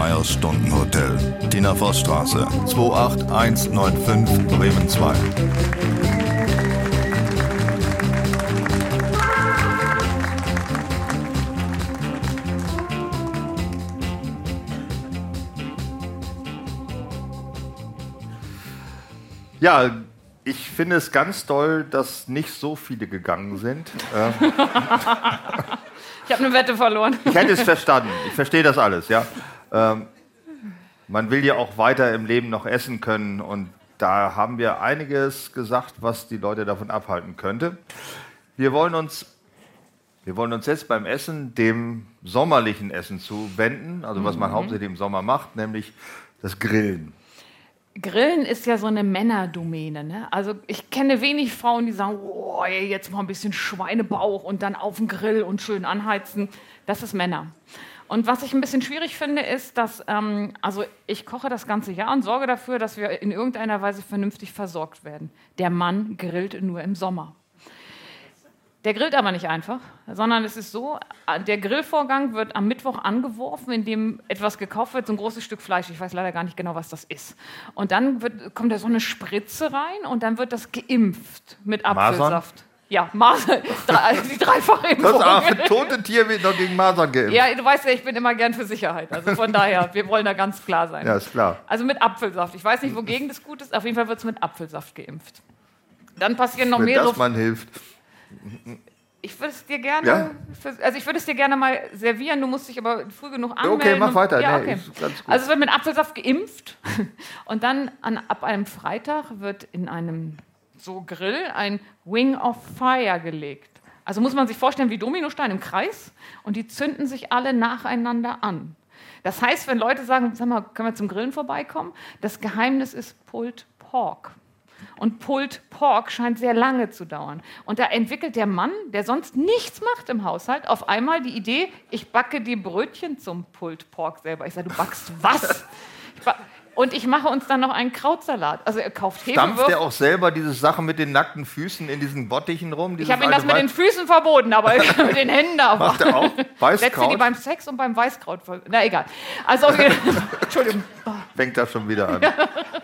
Meyers Stundenhotel. Tina Voss Straße, 28195 Bremen 2. Ja, ich finde es ganz toll, dass nicht so viele gegangen sind. Ich habe eine Wette verloren. Ich hätte es verstanden. Ich verstehe das alles, ja. Man will ja auch weiter im Leben noch essen können und da haben wir einiges gesagt, was die Leute davon abhalten könnte. Wir wollen uns jetzt beim Essen dem sommerlichen Essen zuwenden, also was man hauptsächlich im Sommer macht, nämlich das Grillen. Grillen ist ja so eine Männerdomäne. Ne? Also ich kenne wenig Frauen, die sagen, oh, jetzt mal ein bisschen Schweinebauch und dann auf den Grill und schön anheizen. Das ist Männer. Und was ich ein bisschen schwierig finde, ist, dass also ich koche das ganze Jahr und sorge dafür, dass wir in irgendeiner Weise vernünftig versorgt werden. Der Mann grillt nur im Sommer. Der grillt aber nicht einfach, sondern es ist so, der Grillvorgang wird am Mittwoch angeworfen, indem etwas gekauft wird, so ein großes Stück Fleisch, ich weiß leider gar nicht genau, was das ist. Und dann kommt da so eine Spritze rein und dann wird das geimpft mit Apfelsaft. Masern? Ja, Masern, die dreifache Impfung. Das tote Tier wird noch gegen Masern geimpft. Ja, du weißt ja, ich bin immer gern für Sicherheit, also von daher, wir wollen da ganz klar sein. Ja, ist klar. Also mit Apfelsaft, ich weiß nicht, wogegen das gut ist, auf jeden Fall wird es mit Apfelsaft geimpft. Dann passieren noch Wenn mehrere... das man hilft. Ich würde es dir gerne, ich würde es dir gerne mal servieren. Du musst dich aber früh genug anmelden. Okay, mach weiter. Ja, Nee, okay. ist ganz gut. Also es wird mit Apfelsaft geimpft und dann ab einem Freitag wird in einem so Grill ein Wing of Fire gelegt. Also muss man sich vorstellen wie Dominosteine im Kreis und die zünden sich alle nacheinander an. Das heißt, wenn Leute sagen, sag mal, können wir zum Grillen vorbeikommen? Das Geheimnis ist Pulled Pork. Und Pulled Pork scheint sehr lange zu dauern. Und da entwickelt der Mann, der sonst nichts macht im Haushalt, auf einmal die Idee, ich backe die Brötchen zum Pulled Pork selber. Ich sage, du backst was? Und ich mache uns dann noch einen Krautsalat. Also er kauft Hefewürfel. Stampft er auch selber diese Sachen mit den nackten Füßen in diesen Bottichen rum? Ich habe ihm das mit den Füßen verboten, aber mit den Händen auch. Macht er auch? Weißkraut? Setzt die beim Sex und beim Weißkraut. Na egal. Also, Entschuldigung. Fängt das schon wieder an.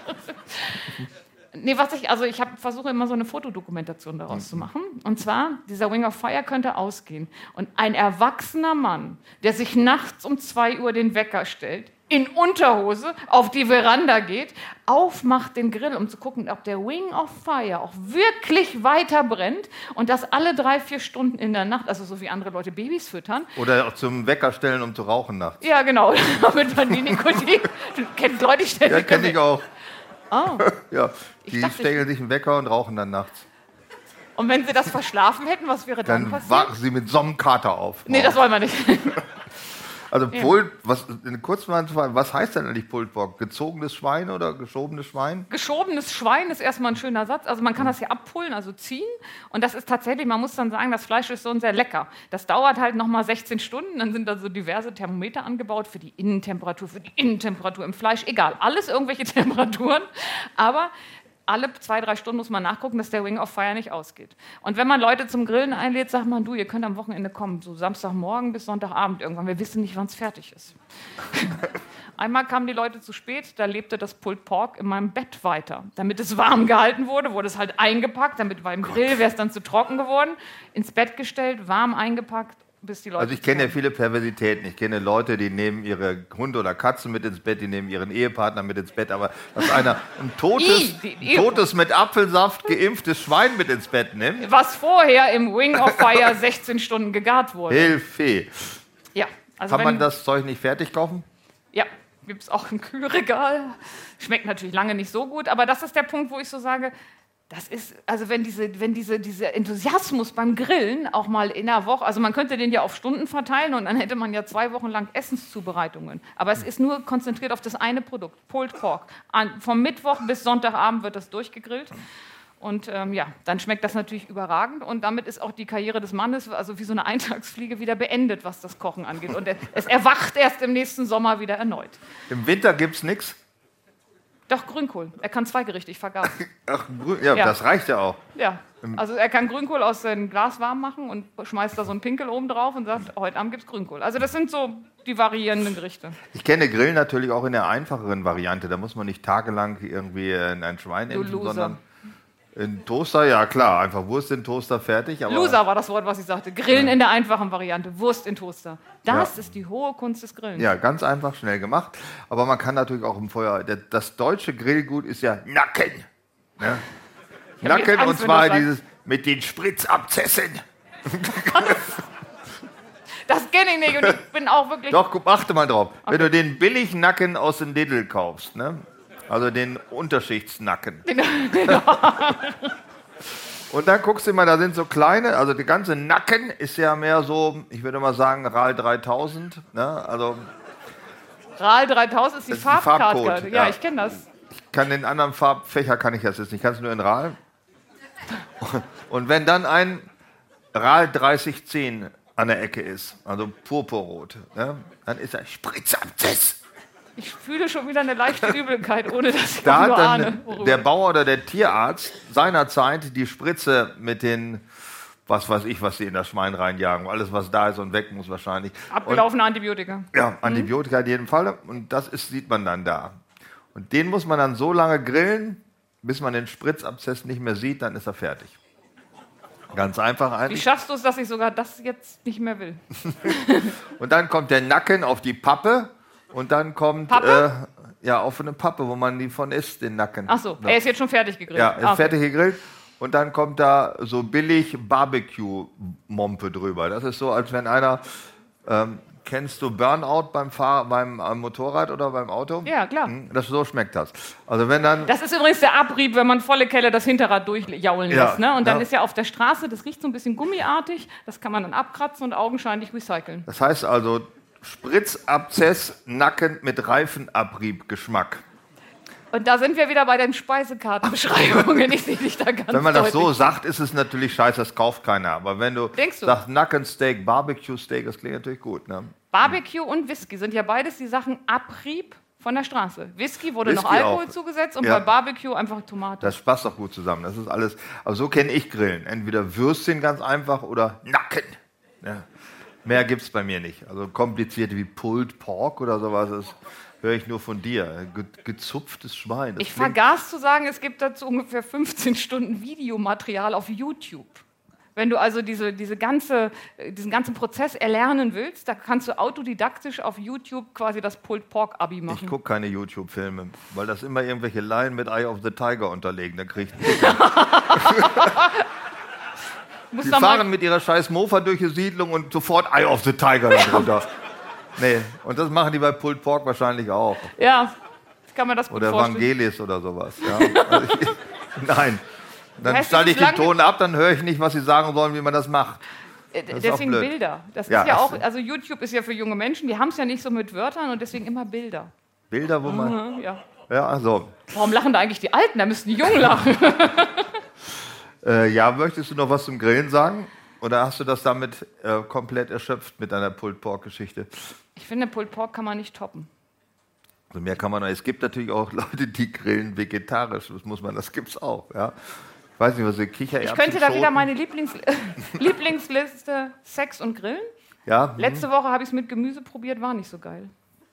Nee, ich versuche immer so eine Fotodokumentation daraus zu machen. Und zwar, dieser Wing of Fire könnte ausgehen. Und ein erwachsener Mann, der sich nachts um 2 Uhr den Wecker stellt, in Unterhose auf die Veranda geht, aufmacht den Grill, um zu gucken, ob der Wing of Fire auch wirklich weiter brennt und das alle 3-4 Stunden in der Nacht, also so wie andere Leute Babys füttern. Oder auch zum Wecker stellen, um zu rauchen nachts. Ja, genau, damit man die Nikotin... Du kennst Leute, die stellen Ja, kenne ich auch. Oh. Ja, die stellen sich einen Wecker und rauchen dann nachts. Und wenn sie das verschlafen hätten, was wäre dann passiert? Dann wachen sie mit so einem Kater auf. Nee, das wollen wir nicht. Also was heißt denn eigentlich Pulled Pork? Gezogenes Schwein oder geschobenes Schwein? Geschobenes Schwein ist erstmal ein schöner Satz. Also man kann das hier abpullen, also ziehen. Und das ist tatsächlich, man muss dann sagen, das Fleisch ist so sehr lecker. Das dauert halt nochmal 16 Stunden. Dann sind da so diverse Thermometer angebaut für die Innentemperatur im Fleisch. Egal, alles irgendwelche Temperaturen. Aber alle 2-3 Stunden muss man nachgucken, dass der Wing of Fire nicht ausgeht. Und wenn man Leute zum Grillen einlädt, sagt man, du, ihr könnt am Wochenende kommen, so Samstagmorgen bis Sonntagabend irgendwann. Wir wissen nicht, wann es fertig ist. Einmal kamen die Leute zu spät, da lebte das Pulled Pork in meinem Bett weiter. Damit es warm gehalten wurde es halt eingepackt, damit beim Grill wäre es dann zu trocken geworden, ins Bett gestellt, warm eingepackt, bis die Leute... Also ich kenne ja viele Perversitäten. Ich kenne Leute, die nehmen ihre Hunde oder Katzen mit ins Bett, die nehmen ihren Ehepartner mit ins Bett, aber dass einer ein totes mit Apfelsaft geimpftes Schwein mit ins Bett nimmt... Was vorher im Wing of Fire 16 Stunden gegart wurde. Hilfe! Ja. Also kann man das Zeug nicht fertig kaufen? Ja, gibt es auch im Kühlregal. Schmeckt natürlich lange nicht so gut, aber das ist der Punkt, wo ich so sage, das ist, also wenn dieser Enthusiasmus beim Grillen auch mal in der Woche, also man könnte den ja auf Stunden verteilen und dann hätte man ja 2 Wochen lang Essenszubereitungen. Aber es ist nur konzentriert auf das eine Produkt, Pulled Pork. Vom Mittwoch bis Sonntagabend wird das durchgegrillt. Und dann schmeckt das natürlich überragend und damit ist auch die Karriere des Mannes, also wie so eine Eintagsfliege, wieder beendet, was das Kochen angeht. Und es erwacht erst im nächsten Sommer wieder erneut. Im Winter gibt es nichts? Doch, Grünkohl. Er kann zweigerichtig, ich vergaß. Ach, ja, das reicht ja auch. Ja, also er kann Grünkohl aus dem Glas warm machen und schmeißt da so einen Pinkel oben drauf und sagt, heute Abend gibt's Grünkohl. Also das sind so die variierenden Gerichte. Ich kenne Grillen natürlich auch in der einfacheren Variante. Da muss man nicht tagelang irgendwie in ein Schwein impfen, sondern in Toaster, ja klar, einfach Wurst in Toaster, fertig. Aber Loser war das Wort, was ich sagte. Grillen in der einfachen Variante, Wurst in Toaster. Das ist die hohe Kunst des Grillens. Ja, ganz einfach, schnell gemacht. Aber man kann natürlich auch im Feuer, das deutsche Grillgut ist ja Nacken. Ne? Nacken, und zwar dieses mit den Spritzabzessen. Das kenne ich nicht und ich bin auch wirklich... Doch, achte mal drauf. Okay. Wenn du den billigen Nacken aus dem Lidl kaufst, ne? Also den Unterschichtsnacken. Und dann guckst du mal, da sind so kleine, also der ganze Nacken ist ja mehr so, ich würde mal sagen, RAL 3000. Ne? Also RAL 3000 ist die Farbkarte. Farbcode, ja, ich kenne das. Ich kann den anderen Farbfächer kann ich das jetzt nicht, kannst du nur in RAL. Und wenn dann ein RAL 3010 an der Ecke ist, also purpurrot, ne? Dann ist er Spritzabzess. Ich fühle schon wieder eine leichte Übelkeit, ohne dass ich da nur hat ahne. dann der Bauer oder der Tierarzt seinerzeit die Spritze mit den, was weiß ich, was sie in das Schwein reinjagen, alles was da ist und weg muss wahrscheinlich. Abgelaufene Antibiotika. Ja, Antibiotika in jedem Fall. Und das sieht man dann da. Und den muss man dann so lange grillen, bis man den Spritzabszess nicht mehr sieht, dann ist er fertig. Ganz einfach eigentlich. Wie schaffst du es, dass ich sogar das jetzt nicht mehr will? Und dann kommt der Nacken auf die Pappe. Und dann kommt auf eine Pappe, wo man die von isst, den Nacken. Ach so, er ist jetzt schon fertig gegrillt. Ja, ist fertig gegrillt. Und dann kommt da so billig Barbecue-Mompe drüber. Das ist so, als wenn einer, kennst du Burnout beim Motorrad oder beim Auto? Ja, klar. So schmeckt das. Also wenn dann... Das ist übrigens der Abrieb, wenn man volle Kelle das Hinterrad durchjaulen lässt. Ne? Und dann ist ja auf der Straße, das riecht so ein bisschen gummiartig, das kann man dann abkratzen und augenscheinlich recyceln. Das heißt also... Spritzabzess, Nacken mit Reifenabrieb-Geschmack. Und da sind wir wieder bei den Speisekartenbeschreibungen. Ich sehe dich da ganz Wenn man das deutlich. so sagt, ist es natürlich scheiße, das kauft keiner. Aber wenn du sagst Nackensteak, Barbecue-Steak, das klingt natürlich gut. Ne? Barbecue und Whisky sind ja beides die Sachen Abrieb von der Straße. Whisky wurde noch Alkohol auch zugesetzt und bei Barbecue einfach Tomate. Das passt doch gut zusammen. Das ist alles. Aber so kenne ich Grillen. Entweder Würstchen ganz einfach oder Nacken. Ja. Mehr gibt es bei mir nicht. Also kompliziert wie Pulled Pork oder sowas, das höre ich nur von dir. Gezupftes Schwein. Ich vergaß zu sagen, es gibt dazu ungefähr 15 Stunden Videomaterial auf YouTube. Wenn du also diesen ganzen Prozess erlernen willst, da kannst du autodidaktisch auf YouTube quasi das Pulled Pork Abi machen. Ich gucke keine YouTube-Filme, weil das immer irgendwelche Laien mit Eye of the Tiger unterlegen. Da kriegt Die fahren mit ihrer scheiß Mofa durch die Siedlung und sofort Eye of the Tiger darunter. Nee, und das machen die bei Pulled Pork wahrscheinlich auch. Ja, kann man das gut oder vorstellen. Oder Vangelis oder sowas. Ja. Also nein, dann schalte ich den Ton ab, dann höre ich nicht, was sie sagen sollen, wie man das macht. Das deswegen Bilder. Das ist ja auch, also YouTube ist ja für junge Menschen, die haben es ja nicht so mit Wörtern und deswegen immer Bilder. Bilder, wo man... Ja. Ja, also. Warum lachen da eigentlich die Alten? Da müssten die Jungen lachen. Möchtest du noch was zum Grillen sagen? Oder hast du das damit komplett erschöpft mit deiner Pulled Pork Geschichte? Ich finde, Pulled Pork kann man nicht toppen. Also mehr kann man noch. Es gibt natürlich auch Leute, die grillen vegetarisch. Das gibt's auch. Ja? Ich weiß nicht, was ihr Kichererbsen. Ich könnte da wieder meine Lieblingsliste Sex und Grillen. Ja. Letzte Woche habe ich es mit Gemüse probiert, war nicht so geil.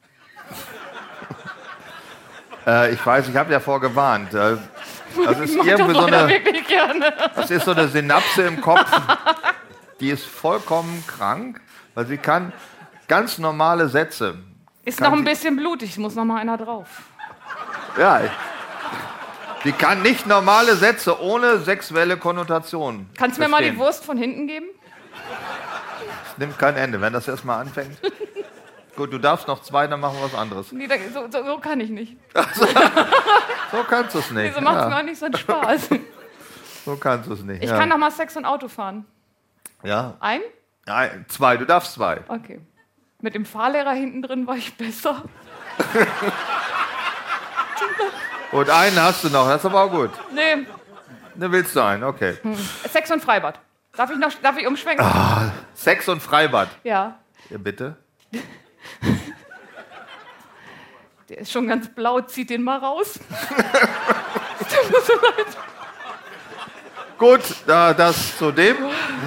Ich weiß, ich habe ja vorgewarnt. Das ist das ist so eine Synapse im Kopf, die ist vollkommen krank, weil sie kann ganz normale Sätze. Ist noch ein bisschen blutig, es muss noch mal einer drauf. Ja, sie kann nicht normale Sätze ohne sexuelle Konnotation. Kannst du mir mal die Wurst von hinten geben? Es nimmt kein Ende, wenn das erstmal anfängt. Gut, du darfst noch 2, dann machen wir was anderes. Nee, so kann ich nicht. So kannst du es nicht. Wieso macht es mir auch nicht so einen Spaß? So kannst du es nicht. Ich kann noch mal Sex und Auto fahren. Ja. Ein? Nein, 2, du darfst 2. Okay. Mit dem Fahrlehrer hinten drin war ich besser. Und einen hast du noch, das ist aber auch gut. Nee. Ne, willst du einen, okay. Sex und Freibad. Darf ich umschwenken? Sex und Freibad. Ja. Ja, bitte. Der ist schon ganz blau, zieht den mal raus. Tut mir so leid. Gut, das zu dem.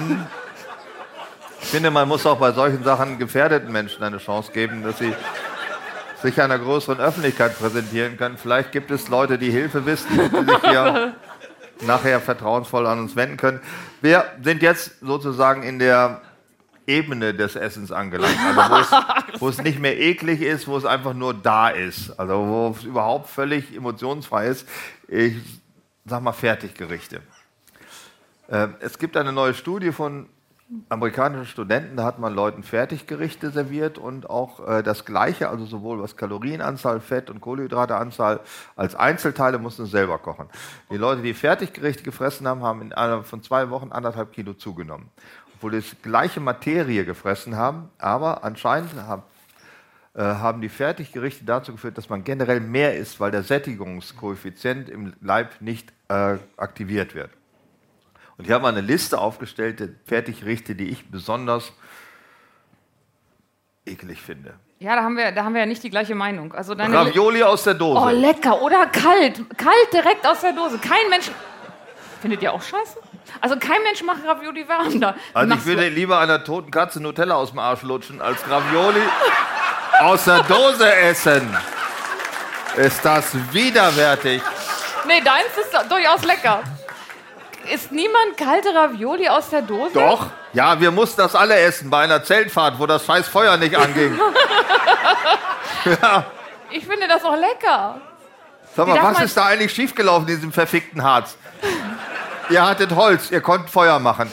Ich finde, man muss auch bei solchen Sachen gefährdeten Menschen eine Chance geben, dass sie sich einer größeren Öffentlichkeit präsentieren können. Vielleicht gibt es Leute, die Hilfe wissen, die sich hier nachher vertrauensvoll an uns wenden können. Wir sind jetzt sozusagen in der Ebene des Essens angelangt, also wo es nicht mehr eklig ist, wo es einfach nur da ist, also wo es überhaupt völlig emotionsfrei ist. Ich sag mal Fertiggerichte. Es gibt eine neue Studie von amerikanischen Studenten, da hat man Leuten Fertiggerichte serviert und auch das Gleiche, also sowohl was Kalorienanzahl, Fett- und Kohlenhydrateanzahl als Einzelteile mussten sie selber kochen. Die Leute, die Fertiggerichte gefressen haben, haben innerhalb von 2 Wochen 1,5 Kilo zugenommen. Obwohl die gleiche Materie gefressen haben, aber anscheinend haben die Fertiggerichte dazu geführt, dass man generell mehr isst, weil der Sättigungskoeffizient im Leib nicht aktiviert wird. Und hier haben wir eine Liste aufgestellt der Fertiggerichte, die ich besonders eklig finde. Ja, da haben wir ja nicht die gleiche Meinung. Also Ravioli aus der Dose. Oh, lecker. Oder kalt. Kalt direkt aus der Dose. Kein Mensch... Findet ihr auch scheiße? Also kein Mensch macht Ravioli warm da. Also ich würde lieber einer toten Katze Nutella aus dem Arsch lutschen, als Ravioli aus der Dose essen. Ist das widerwärtig? Nee, deins ist durchaus lecker. Isst niemand kalte Ravioli aus der Dose? Doch. Ja, wir mussten das alle essen bei einer Zeltfahrt, wo das scheiß Feuer nicht anging. Ja. Ich finde das auch lecker. Sag mal, was ist da eigentlich schiefgelaufen in diesem verfickten Harz? Ihr hattet Holz, ihr konntet Feuer machen.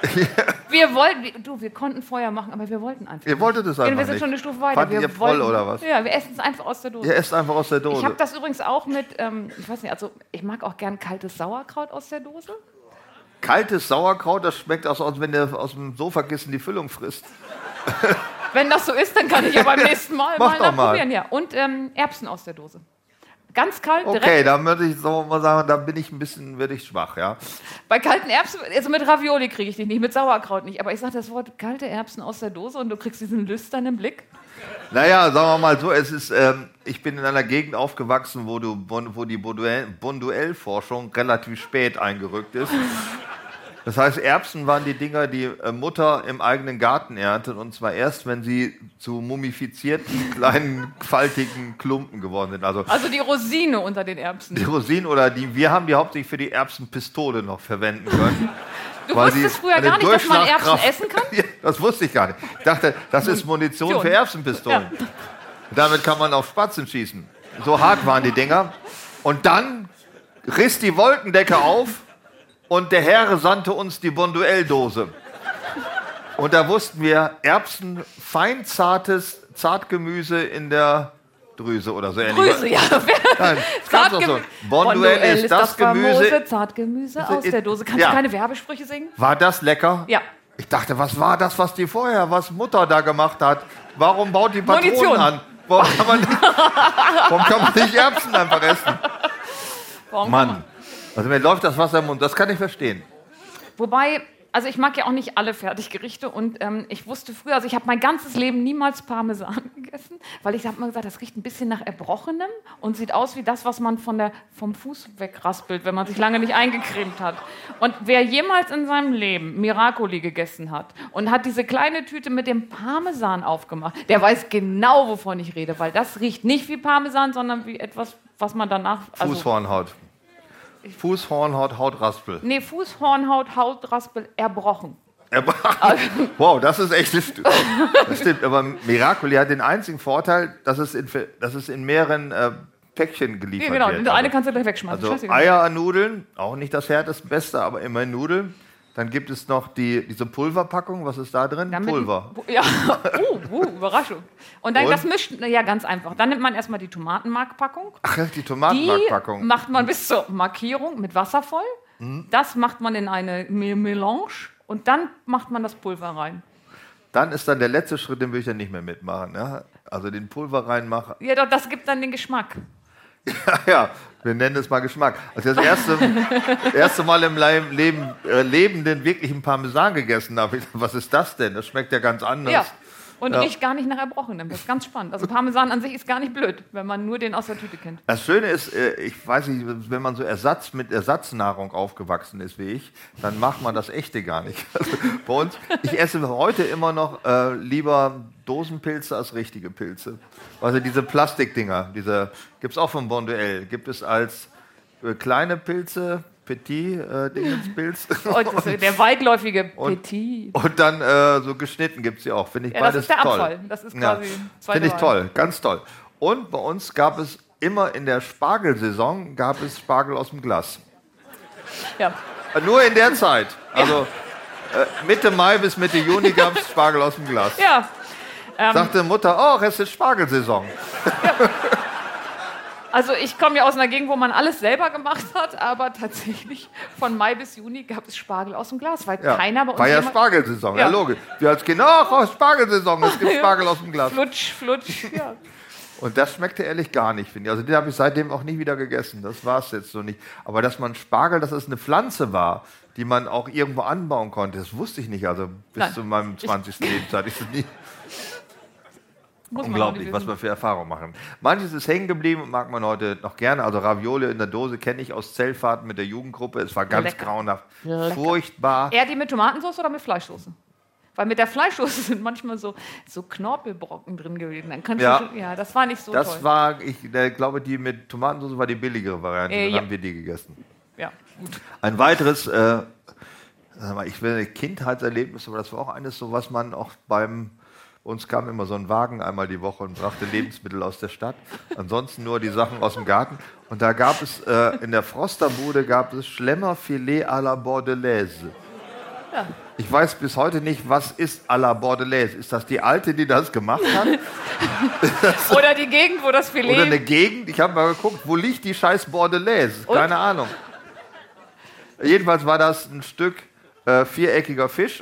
Wir konnten Feuer machen, aber wir wollten einfach. Ihr wolltet es einfach nicht. Wir sind schon eine Stufe weiter. Fandet ihr voll oder was? Ja, wir essen es einfach aus der Dose. Ihr esst einfach aus der Dose. Ich habe das übrigens auch mit, ich weiß nicht, also ich mag auch gern kaltes Sauerkraut aus der Dose. Kaltes Sauerkraut, das schmeckt aus, als wenn der aus dem Sofakissen die Füllung frisst. Wenn das so ist, dann kann ich ja beim nächsten Mal Mach doch mal probieren. Ja. Und Erbsen aus der Dose. Ganz kalt, direkt. Okay, dann würde ich so mal sagen, da bin ich werde ich schwach, ja. Bei kalten Erbsen, also mit Ravioli kriege ich dich nicht, mit Sauerkraut nicht. Aber ich sage das Wort kalte Erbsen aus der Dose und du kriegst diesen lüsternen Blick. Naja, sagen wir mal so, ich bin in einer Gegend aufgewachsen, wo die Bonduelle-Forschung relativ spät eingerückt ist. Das heißt, Erbsen waren die Dinger, die Mutter im eigenen Garten erntet, und zwar erst, wenn sie zu mumifizierten, kleinen, faltigen Klumpen geworden sind. Also die Rosine unter den Erbsen. Die Rosinen wir haben die hauptsächlich für die Erbsenpistole noch verwenden können. Du wusstest früher gar nicht, dass man Erbsen essen kann? Ja, das wusste ich gar nicht. Ich dachte, das ist Munition für Erbsenpistolen. Ja. Damit kann man auf Spatzen schießen. So hart waren die Dinger. Und dann riss die Wolkendecke auf und der Herr sandte uns die Bonduelle-Dose. Und da wussten wir, Erbsen, fein Zartgemüse in der Drüse oder so ähnlich. Drüse, ja. Nein, so. Bonduelle ist das Gemüse. Zartgemüse aus der Dose. Kannst du keine Werbesprüche singen? War das lecker? Ja. Ich dachte, was war das, was Mutter da gemacht hat? Warum baut die Patronen Munition an? Warum kann man nicht Erbsen einfach essen? Mann. Also mir läuft das Wasser im Mund, das kann ich verstehen. Wobei, also ich mag ja auch nicht alle Fertiggerichte und ich wusste früher, also ich habe mein ganzes Leben niemals Parmesan gegessen, weil ich habe mal gesagt, das riecht ein bisschen nach Erbrochenem und sieht aus wie das, was man vom Fuß wegraspelt, wenn man sich lange nicht eingecremt hat. Und wer jemals in seinem Leben Miracoli gegessen hat und hat diese kleine Tüte mit dem Parmesan aufgemacht, der weiß genau, wovon ich rede, weil das riecht nicht wie Parmesan, sondern wie etwas, was man danach... Fußhornhaut. Fußhornhaut, Hautraspel. Nee, Fußhornhaut, Hautraspel, erbrochen. Wow, das ist echt... Das stimmt, aber Miracoli hat den einzigen Vorteil, dass es in mehreren Päckchen geliefert wird. Genau, eine kannst du gleich wegschmeißen. Also Eier an Nudeln, auch nicht das Beste, aber immerhin Nudeln. Dann gibt es noch diese Pulverpackung. Was ist da drin? Pulver. Ja, Überraschung. Und dann das mischt, ja, ganz einfach. Dann nimmt man erstmal die Tomatenmarkpackung. Ach, die Tomatenmarkpackung. Die macht man bis zur Markierung mit Wasser voll. Das macht man in eine Melange und dann macht man das Pulver rein. Dann ist dann der letzte Schritt, den will ich ja nicht mehr mitmachen. Ja? Also den Pulver reinmachen. Ja, doch, das gibt dann den Geschmack. Ja, wir nennen es mal Geschmack. Als ich das erste Mal im Leben lebenden, wirklichen Parmesan gegessen habe, was ist das denn? Das schmeckt ja ganz anders. Ja. Und riecht gar nicht nach Erbrochenem. Das ist ganz spannend. Also Parmesan an sich ist gar nicht blöd, wenn man nur den aus der Tüte kennt. Das Schöne ist, ich weiß nicht, wenn man so mit Ersatznahrung aufgewachsen ist wie ich, dann macht man das Echte gar nicht. Also bei uns, ich esse heute immer noch lieber Dosenpilze als richtige Pilze. Also diese Plastikdinger, gibt es auch vom Bonduelle, gibt es als kleine Pilze, Petit-Dingenspilz. Der weitläufige Petit. Und dann so geschnitten gibt es sie auch. Finde ich beides toll. Das ist der Abfall. Das ist quasi Finde ich toll, ganz toll. Und bei uns gab es immer in der Spargelsaison Spargel aus dem Glas. Ja. Nur in der Zeit. Also Mitte Mai bis Mitte Juni gab es Spargel aus dem Glas. Ja. Sagte Mutter, es ist Spargelsaison. Ja. Also ich komme ja aus einer Gegend, wo man alles selber gemacht hat, aber tatsächlich von Mai bis Juni gab es Spargel aus dem Glas, weil keiner bei uns... War ja Spargelsaison, ja logisch. Wir als Kinder, Spargelsaison, es gibt Spargel aus dem Glas. Flutsch, ja. Und das schmeckte ehrlich gar nicht, finde ich. Also den habe ich seitdem auch nie wieder gegessen, das war es jetzt so nicht. Aber dass man Spargel, dass es eine Pflanze war, die man auch irgendwo anbauen konnte, das wusste ich nicht. Also bis zu meinem 20. Lebensjahr hatte ich das nie... Unglaublich, was wir für Erfahrungen machen. Manches ist hängen geblieben und mag man heute noch gerne. Also Ravioli in der Dose kenne ich aus Zeltfahrten mit der Jugendgruppe. Es war ganz grauenhaft, furchtbar. Eher die mit Tomatensauce oder mit Fleischsoße? Weil mit der Fleischsoße sind manchmal so Knorpelbrocken drin gewesen. Dann das war nicht so toll. Das war, ich glaube, die mit Tomatensauce war die billigere Variante. Dann haben wir die gegessen. Ja, gut. Ein weiteres, ich will Kindheitserlebnis, aber das war auch eines, so was man auch uns kam immer so ein Wagen einmal die Woche und brachte Lebensmittel aus der Stadt. Ansonsten nur die Sachen aus dem Garten. Und da gab es in der Frosterbude Schlemmerfilet à la Bordelaise. Ja. Ich weiß bis heute nicht, was ist à la Bordelaise. Ist das die Alte, die das gemacht hat? Oder die Gegend, wo das Filet... Oder eine Gegend. Ich habe mal geguckt, wo liegt die scheiß Bordelaise? Keine Ahnung. Jedenfalls war das ein Stück viereckiger Fisch.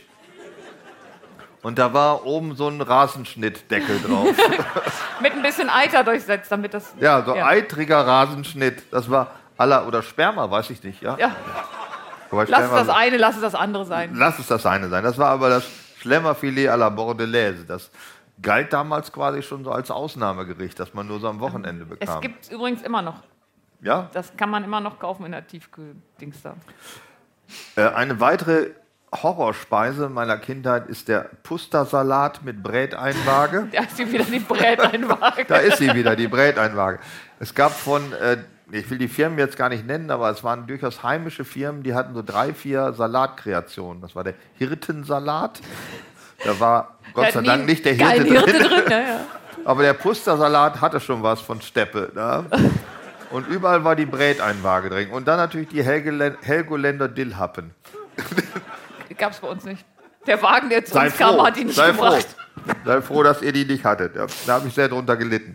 Und da war oben so ein Rasenschnittdeckel drauf. Mit ein bisschen Eiter durchsetzt, damit das... Ja, so eitriger Rasenschnitt. Das war oder Sperma, weiß ich nicht. Ja. Lass es das eine, lass es das andere sein. Lass es das eine sein. Das war aber das Schlemmerfilet à la Bordelaise. Das galt damals quasi schon so als Ausnahmegericht, das man nur so am Wochenende bekam. Es gibt es übrigens immer noch. Ja? Das kann man immer noch kaufen in der Tiefkühl-Dings da. Eine weitere Horrorspeise meiner Kindheit ist der Pustersalat mit Bräteinwaage. Da ist sie wieder, die Bräteinwaage. Da ist sie wieder, die Bräteinwaage. Es gab ich will die Firmen jetzt gar nicht nennen, aber es waren durchaus heimische Firmen, die hatten so 3, 4 Salatkreationen. Das war der Hirtensalat. Da war Gott sei Dank nicht der Hirte drin. Ja. Aber der Pustersalat hatte schon was von Steppe. Ne? Und überall war die Bräteinwaage drin. Und dann natürlich die Helgoländer Dillhappen. Gab es bei uns nicht. Der Wagen, der zu uns kam, hat die nicht gebracht. Sei froh, dass ihr die nicht hattet. Ja, da habe ich sehr drunter gelitten.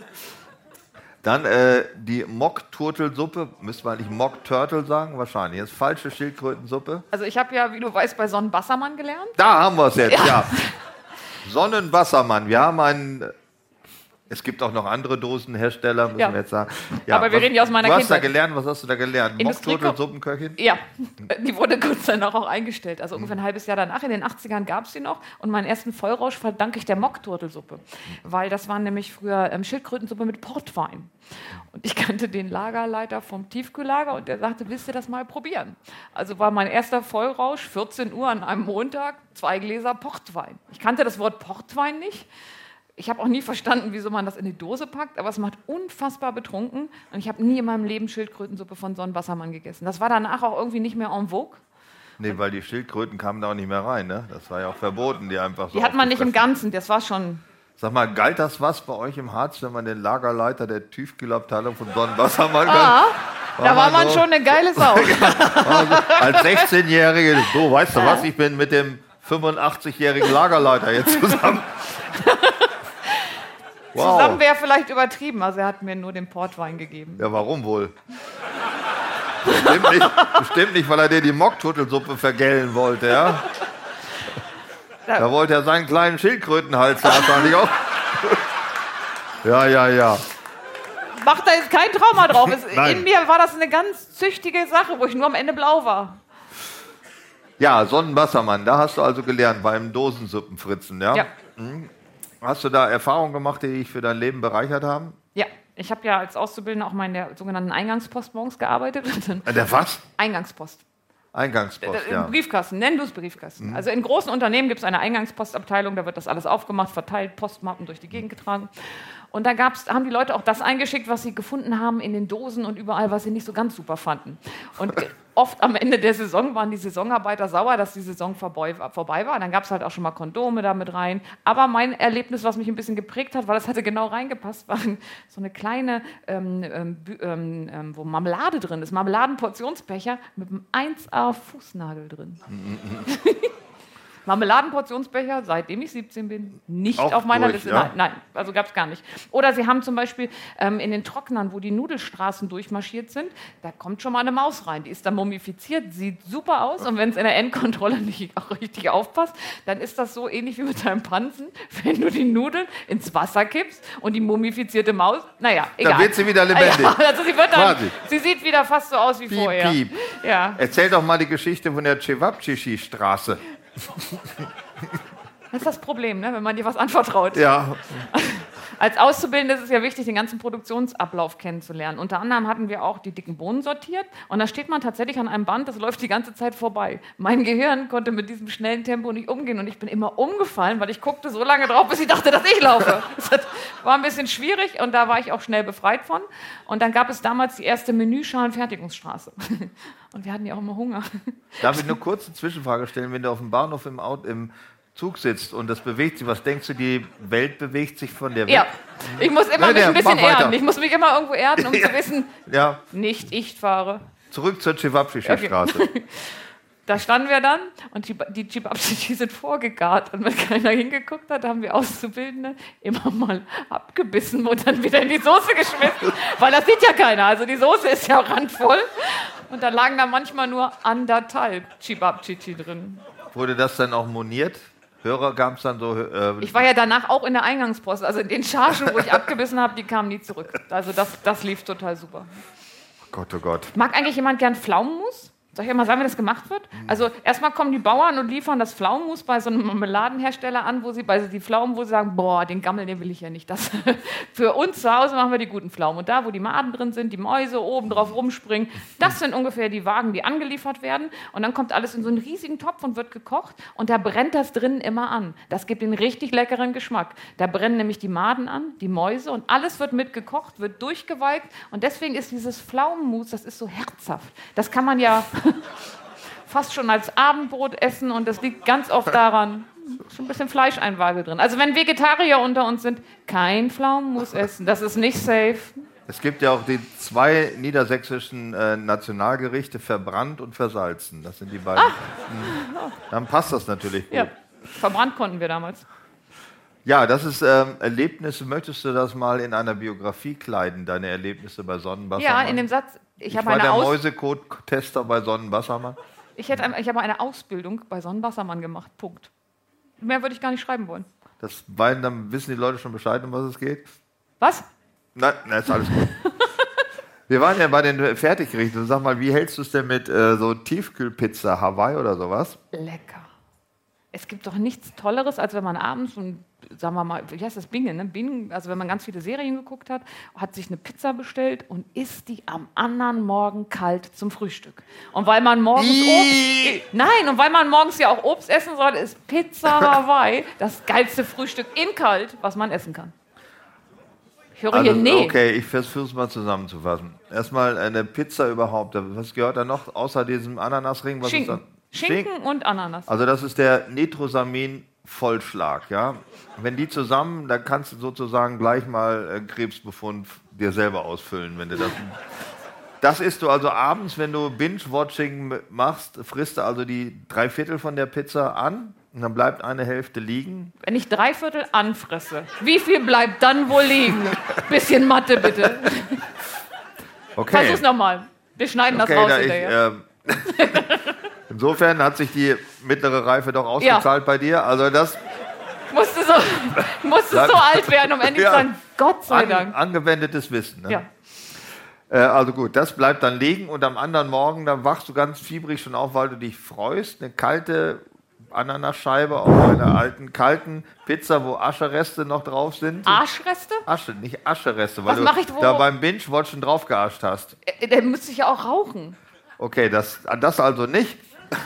Dann die Mock-Turtle-Suppe. Müsste man nicht Mock-Turtle sagen? Wahrscheinlich. Das ist falsche Schildkrötensuppe. Also ich habe ja, wie du weißt, bei Sonnenwassermann gelernt. Da haben wir es jetzt, ja. Sonnenwassermann. Wir haben es gibt auch noch andere Dosenhersteller, müssen wir jetzt sagen. Ja, aber wir reden ja aus meiner Kindheit. Was hast du da gelernt? Mock-Turtle-Suppenköchin? Ja, die wurde kurz danach auch eingestellt. Also ungefähr ein halbes Jahr danach, in den 80ern gab es die noch. Und meinen ersten Vollrausch verdanke ich der Mock-Turtle-Suppe. Weil das war nämlich früher Schildkrötensuppe mit Portwein. Und ich kannte den Lagerleiter vom Tiefkühllager und der sagte, willst du das mal probieren? Also war mein erster Vollrausch, 14 Uhr an einem Montag, 2 Gläser Portwein. Ich kannte das Wort Portwein nicht. Ich habe auch nie verstanden, wieso man das in die Dose packt, aber es macht unfassbar betrunken. Und ich habe nie in meinem Leben Schildkrötensuppe von Sonnenwassermann gegessen. Das war danach auch irgendwie nicht mehr en vogue. Nee, weil die Schildkröten kamen da auch nicht mehr rein, ne? Das war ja auch verboten, die einfach so. Die hat man nicht im Ganzen, das war schon... Sag mal, galt das was bei euch im Harz, wenn man den Lagerleiter der Tiefkühlabteilung von Sonnenwassermann kann? Da war man schon eine geile Sau. Als 16-Jährige, so, weißt du was, ich bin mit dem 85-jährigen Lagerleiter jetzt zusammen. Wow. Zusammen wäre vielleicht übertrieben, also er hat mir nur den Portwein gegeben. Ja, warum wohl? Bestimmt nicht, weil er dir die Mock-Turtle-Suppe vergällen wollte, ja? Da wollte er seinen kleinen Schildkrötenhals wahrscheinlich auch. Ja. Mach da jetzt kein Trauma drauf. In mir war das eine ganz züchtige Sache, wo ich nur am Ende blau war. Ja, Sonnenwassermann, da hast du also gelernt beim Dosensuppenfritzen, ja? Ja. Hast du da Erfahrungen gemacht, die dich für dein Leben bereichert haben? Ja, ich habe ja als Auszubildende auch mal in der sogenannten Eingangspost morgens gearbeitet. Der was? Eingangspost. Eingangspost, ja. Briefkasten, nenn du es Briefkasten. Also in großen Unternehmen gibt es eine Eingangspostabteilung, da wird das alles aufgemacht, verteilt, Postmappen durch die Gegend getragen. Und da haben die Leute auch das eingeschickt, was sie gefunden haben in den Dosen und überall, was sie nicht so ganz super fanden. Und oft am Ende der Saison waren die Saisonarbeiter sauer, dass die Saison vorbei war. Dann gab es halt auch schon mal Kondome da mit rein. Aber mein Erlebnis, was mich ein bisschen geprägt hat, weil das hatte genau reingepasst, war so eine kleine, wo Marmelade drin ist, Marmeladenportionsbecher mit einem 1A Fußnagel drin. Marmeladenportionsbecher, seitdem ich 17 bin, nicht auch auf meiner durch, Liste. ja? Nein, also gab es gar nicht. Oder sie haben zum Beispiel in den Trocknern, wo die Nudelstraßen durchmarschiert sind, da kommt schon mal eine Maus rein. Die ist dann mumifiziert, sieht super aus und wenn es in der Endkontrolle nicht auch richtig aufpasst, dann ist das so ähnlich wie mit deinem Pansen, wenn du die Nudeln ins Wasser kippst und die mumifizierte Maus, naja, egal. Da wird sie wieder lebendig. Ja, also sie sieht wieder fast so aus wie Piep, vorher. piep. Ja. Erzähl doch mal die Geschichte von der Cevapcici-Straße. Das ist das Problem, ne, wenn man dir was anvertraut. Ja. Als Auszubildende ist es ja wichtig, den ganzen Produktionsablauf kennenzulernen. Unter anderem hatten wir auch die dicken Bohnen sortiert und da steht man tatsächlich an einem Band, das läuft die ganze Zeit vorbei. Mein Gehirn konnte mit diesem schnellen Tempo nicht umgehen und ich bin immer umgefallen, weil ich guckte so lange drauf, bis ich dachte, dass ich laufe. Das war ein bisschen schwierig und da war ich auch schnell befreit von. Und dann gab es damals die erste Menüschalenfertigungsstraße. Und wir hatten ja auch immer Hunger. Darf ich nur kurz eine Zwischenfrage stellen? Wenn du auf dem Bahnhof im Zug sitzt und das bewegt sich, was denkst du, die Welt bewegt sich von der Welt? Ja, ich muss immer mich ein bisschen erden. Ich muss mich immer irgendwo erden, um zu wissen, nicht ich fahre. Zurück zur Cevapcici-Straße. Okay. Da standen wir dann und die Cevapcici sind vorgegart und wenn keiner hingeguckt hat, haben wir Auszubildende immer mal abgebissen und dann wieder in die Soße geschmissen, weil das sieht ja keiner. Also die Soße ist ja randvoll und da lagen dann manchmal nur 1,5 Cevapcici drin. Wurde das dann auch moniert? Hörer gab es dann so... Ich war ja danach auch in der Eingangspost, also in den Chargen, wo ich abgebissen habe, die kamen nie zurück. Also das lief total super. Gott, oh Gott. Mag eigentlich jemand gern Pflaumenmus? Soll ich mal sagen, wie das gemacht wird? Also erstmal kommen die Bauern und liefern das Pflaumenmus bei so einem Marmeladenhersteller an, wo sie die Pflaumen, wo sie sagen, boah, den Gammel, den will ich ja nicht. Das für uns zu Hause machen wir die guten Pflaumen. Und da, wo die Maden drin sind, die Mäuse oben drauf rumspringen, das sind ungefähr die Wagen, die angeliefert werden. Und dann kommt alles in so einen riesigen Topf und wird gekocht. Und da brennt das drinnen immer an. Das gibt den richtig leckeren Geschmack. Da brennen nämlich die Maden an, die Mäuse und alles wird mitgekocht, wird durchgewalkt. Und deswegen ist dieses Pflaumenmus, das ist so herzhaft. Das kann man ja fast schon als Abendbrot essen und das liegt ganz oft daran, schon ein bisschen Fleischeinwaage drin. Also wenn Vegetarier unter uns sind, kein Pflaumenmus essen, das ist nicht safe. Es gibt ja auch die 2 niedersächsischen Nationalgerichte, verbrannt und versalzen. Das sind die beiden. Dann passt das natürlich gut. Ja, verbrannt konnten wir damals. Ja, das ist Erlebnisse. Möchtest du das mal in einer Biografie kleiden, deine Erlebnisse bei Sonnenwassermann? Ja, in dem Satz, ich war der Mäusekot-Tester bei Sonnenwassermann. Ich habe eine Ausbildung bei Sonnenwassermann gemacht, Punkt. Mehr würde ich gar nicht schreiben wollen. Dann wissen die Leute schon Bescheid, um was es geht? Was? Nein, ist alles gut. Wir waren ja bei den Fertiggerichten. Sag mal, wie hältst du es denn mit so Tiefkühlpizza Hawaii oder sowas? Lecker. Es gibt doch nichts Tolleres, als wenn man abends, sagen wir mal, wie heißt das, Bingen, ne? Bingen, also wenn man ganz viele Serien geguckt hat sich eine Pizza bestellt und isst die am anderen Morgen kalt zum Frühstück. Und weil man morgens weil man morgens ja auch Obst essen soll, ist Pizza Hawaii das geilste Frühstück in kalt, was man essen kann. Ich höre hier nee. Okay, ich versuche es mal zusammenzufassen. Erstmal eine Pizza überhaupt. Was gehört da noch außer diesem Ananasring? Was Schinken. Ist da? Schinken und Ananas. Also das ist der Nitrosamin-Vollschlag. Ja? Wenn die zusammen, dann kannst du sozusagen gleich mal Krebsbefund dir selber ausfüllen. Wenn du das isst du also abends, wenn du Binge-Watching machst, frisst du also die 3/4 von der Pizza an und dann bleibt eine Hälfte liegen. Wenn ich 3/4 anfresse, wie viel bleibt dann wohl liegen? Bisschen Mathe bitte. Okay. Versuch's nochmal. Wir schneiden das raus hinterher. Insofern hat sich die mittlere Reife doch ausgezahlt bei dir. Also das musste so alt werden, um endlich zu sagen, Gott sei Dank. Angewendetes Wissen. Ne? Ja. Also gut, das bleibt dann liegen und am anderen Morgen, dann wachst du ganz fiebrig schon auf, weil du dich freust. Eine kalte Ananasscheibe auf einer alten, kalten Pizza, wo Aschereste noch drauf sind. Arschreste? Asche, nicht Aschereste, weil Was mach ich, du wo- da beim Binge-Watchen drauf geascht hast. Der müsste ich ja auch rauchen. Okay, das also nicht.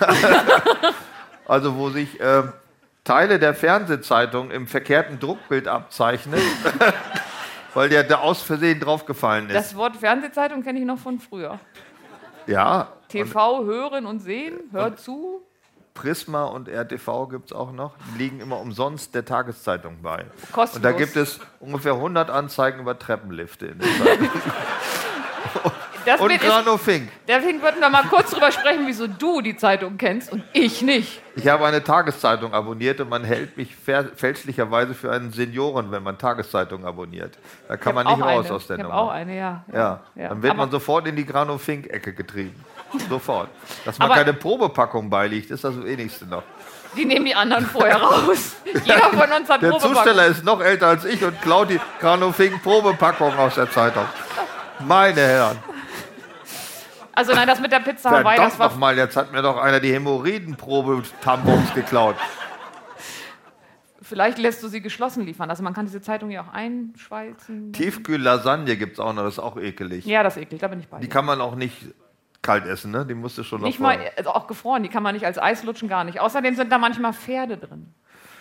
Also wo sich Teile der Fernsehzeitung im verkehrten Druckbild abzeichnen, weil der da aus Versehen draufgefallen ist. Das Wort Fernsehzeitung kenne ich noch von früher. Ja, TV hören und sehen, hört zu. Prisma und RTV gibt es auch noch. Die liegen immer umsonst der Tageszeitung bei. Kostenlos. Und da gibt es ungefähr 100 Anzeigen über Treppenlifte in der Zeitung. Das Und wird- Granofink. Deswegen würden wir mal kurz drüber sprechen, wieso du die Zeitung kennst und ich nicht. Ich habe eine Tageszeitung abonniert und man hält mich fälschlicherweise für einen Senioren, wenn man Tageszeitungen abonniert. Da kann man nicht raus aus der Ich habe Nummer. auch eine, ja. Ja, dann wird Aber man sofort in die Granofink-Ecke getrieben. Sofort. Dass man Aber- keine Probepackung beiliegt, ist das Wenigste noch. Die nehmen die anderen vorher raus. Jeder von uns hat Der Probepackung. Zusteller ist noch älter als ich und klaut die Granofink-Probepackung aus der Zeitung. Meine Herren. Also nein, das mit der Pizza Hawaii, Verdammt das war nochmal, jetzt hat mir doch einer die Hämorrhoidenprobe-Tampons geklaut. Vielleicht lässt du sie geschlossen liefern. Also man kann diese Zeitung ja auch einschweißen. Tiefkühl-Lasagne gibt es auch noch, das ist auch ekelig. Ja, das ist eklig, da bin ich bei Die dir. kann man auch nicht kalt essen, ne? Die musst du schon noch Nicht mal, also auch gefroren, die kann man nicht als Eis lutschen, gar nicht. Außerdem sind da manchmal Pferde drin.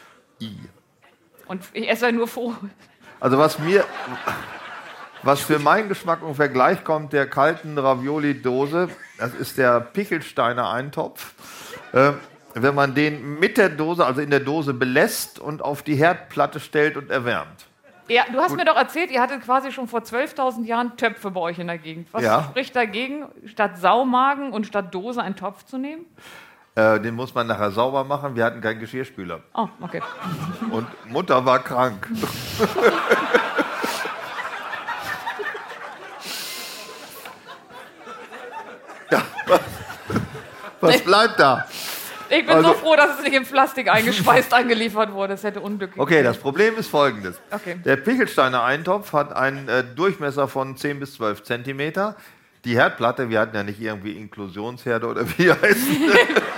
Und ich esse ja nur froh. Also was für meinen Geschmack ungefähr gleich kommt der kalten Ravioli-Dose, das ist der Pichelsteiner Eintopf. Wenn man den mit der Dose, also in der Dose belässt und auf die Herdplatte stellt und erwärmt. Ja, du hast mir doch erzählt, ihr hattet quasi schon vor 12.000 Jahren Töpfe bei euch in der Gegend. Was Ja. spricht dagegen, statt Saumagen und statt Dose einen Topf zu nehmen? Den muss man nachher sauber machen. Wir hatten keinen Geschirrspüler. Oh, okay. Und Mutter war krank. Ja, was bleibt da? Ich bin Also- so froh, dass es nicht in Plastik eingeschweißt angeliefert wurde. Das hätte Unglück Okay, gegeben. das Problem ist folgendes. Okay. Der Pichelsteiner Eintopf hat einen Durchmesser von 10 bis 12 Zentimeter. Die Herdplatte, wir hatten ja nicht irgendwie Inklusionsherde oder wie die heißen.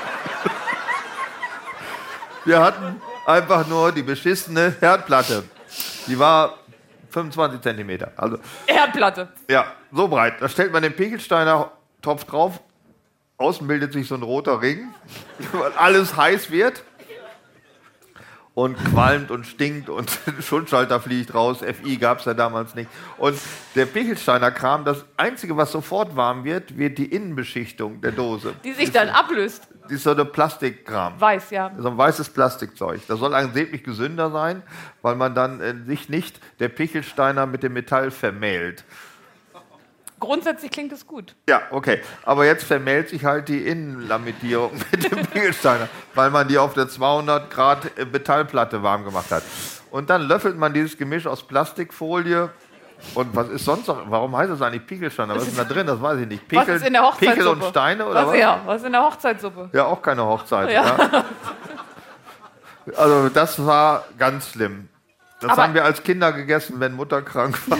Wir hatten einfach nur die beschissene Herdplatte. Die war 25 Zentimeter. Also, Herdplatte. ja, so breit. Da stellt man den Pichelsteiner Topf drauf. Außen bildet sich so ein roter Ring, weil alles heiß wird. Und qualmt und stinkt und Schutzschalter fliegt raus. FI gab es ja damals nicht. Und der Pichelsteiner Kram, das Einzige, was sofort warm wird, wird die Innenbeschichtung der Dose. Die sich dann ablöst. Die ist so eine Plastikkram. Weiß, ja. So ein weißes Plastikzeug. Das soll angeblich gesünder sein, weil man dann sich nicht der Pichelsteiner mit dem Metall vermählt. Grundsätzlich klingt es gut. Ja, okay. Aber jetzt vermählt sich halt die Innenlaminierung mit dem Pichelsteiner, weil man die auf der 200 Grad Metallplatte warm gemacht hat. Und dann löffelt man dieses Gemisch aus Plastikfolie. Und was ist sonst noch? Warum heißt das eigentlich Pichelsteiner? Was ist denn da drin? Das weiß ich nicht. Was ist in der Hochzeitssuppe? Pickel und Steine oder was? Ja, was ist in der Hochzeitssuppe? Ja, auch keine Hochzeit. Ja. Ja. Also das war ganz schlimm. Das Aber- haben wir als Kinder gegessen, wenn Mutter krank war.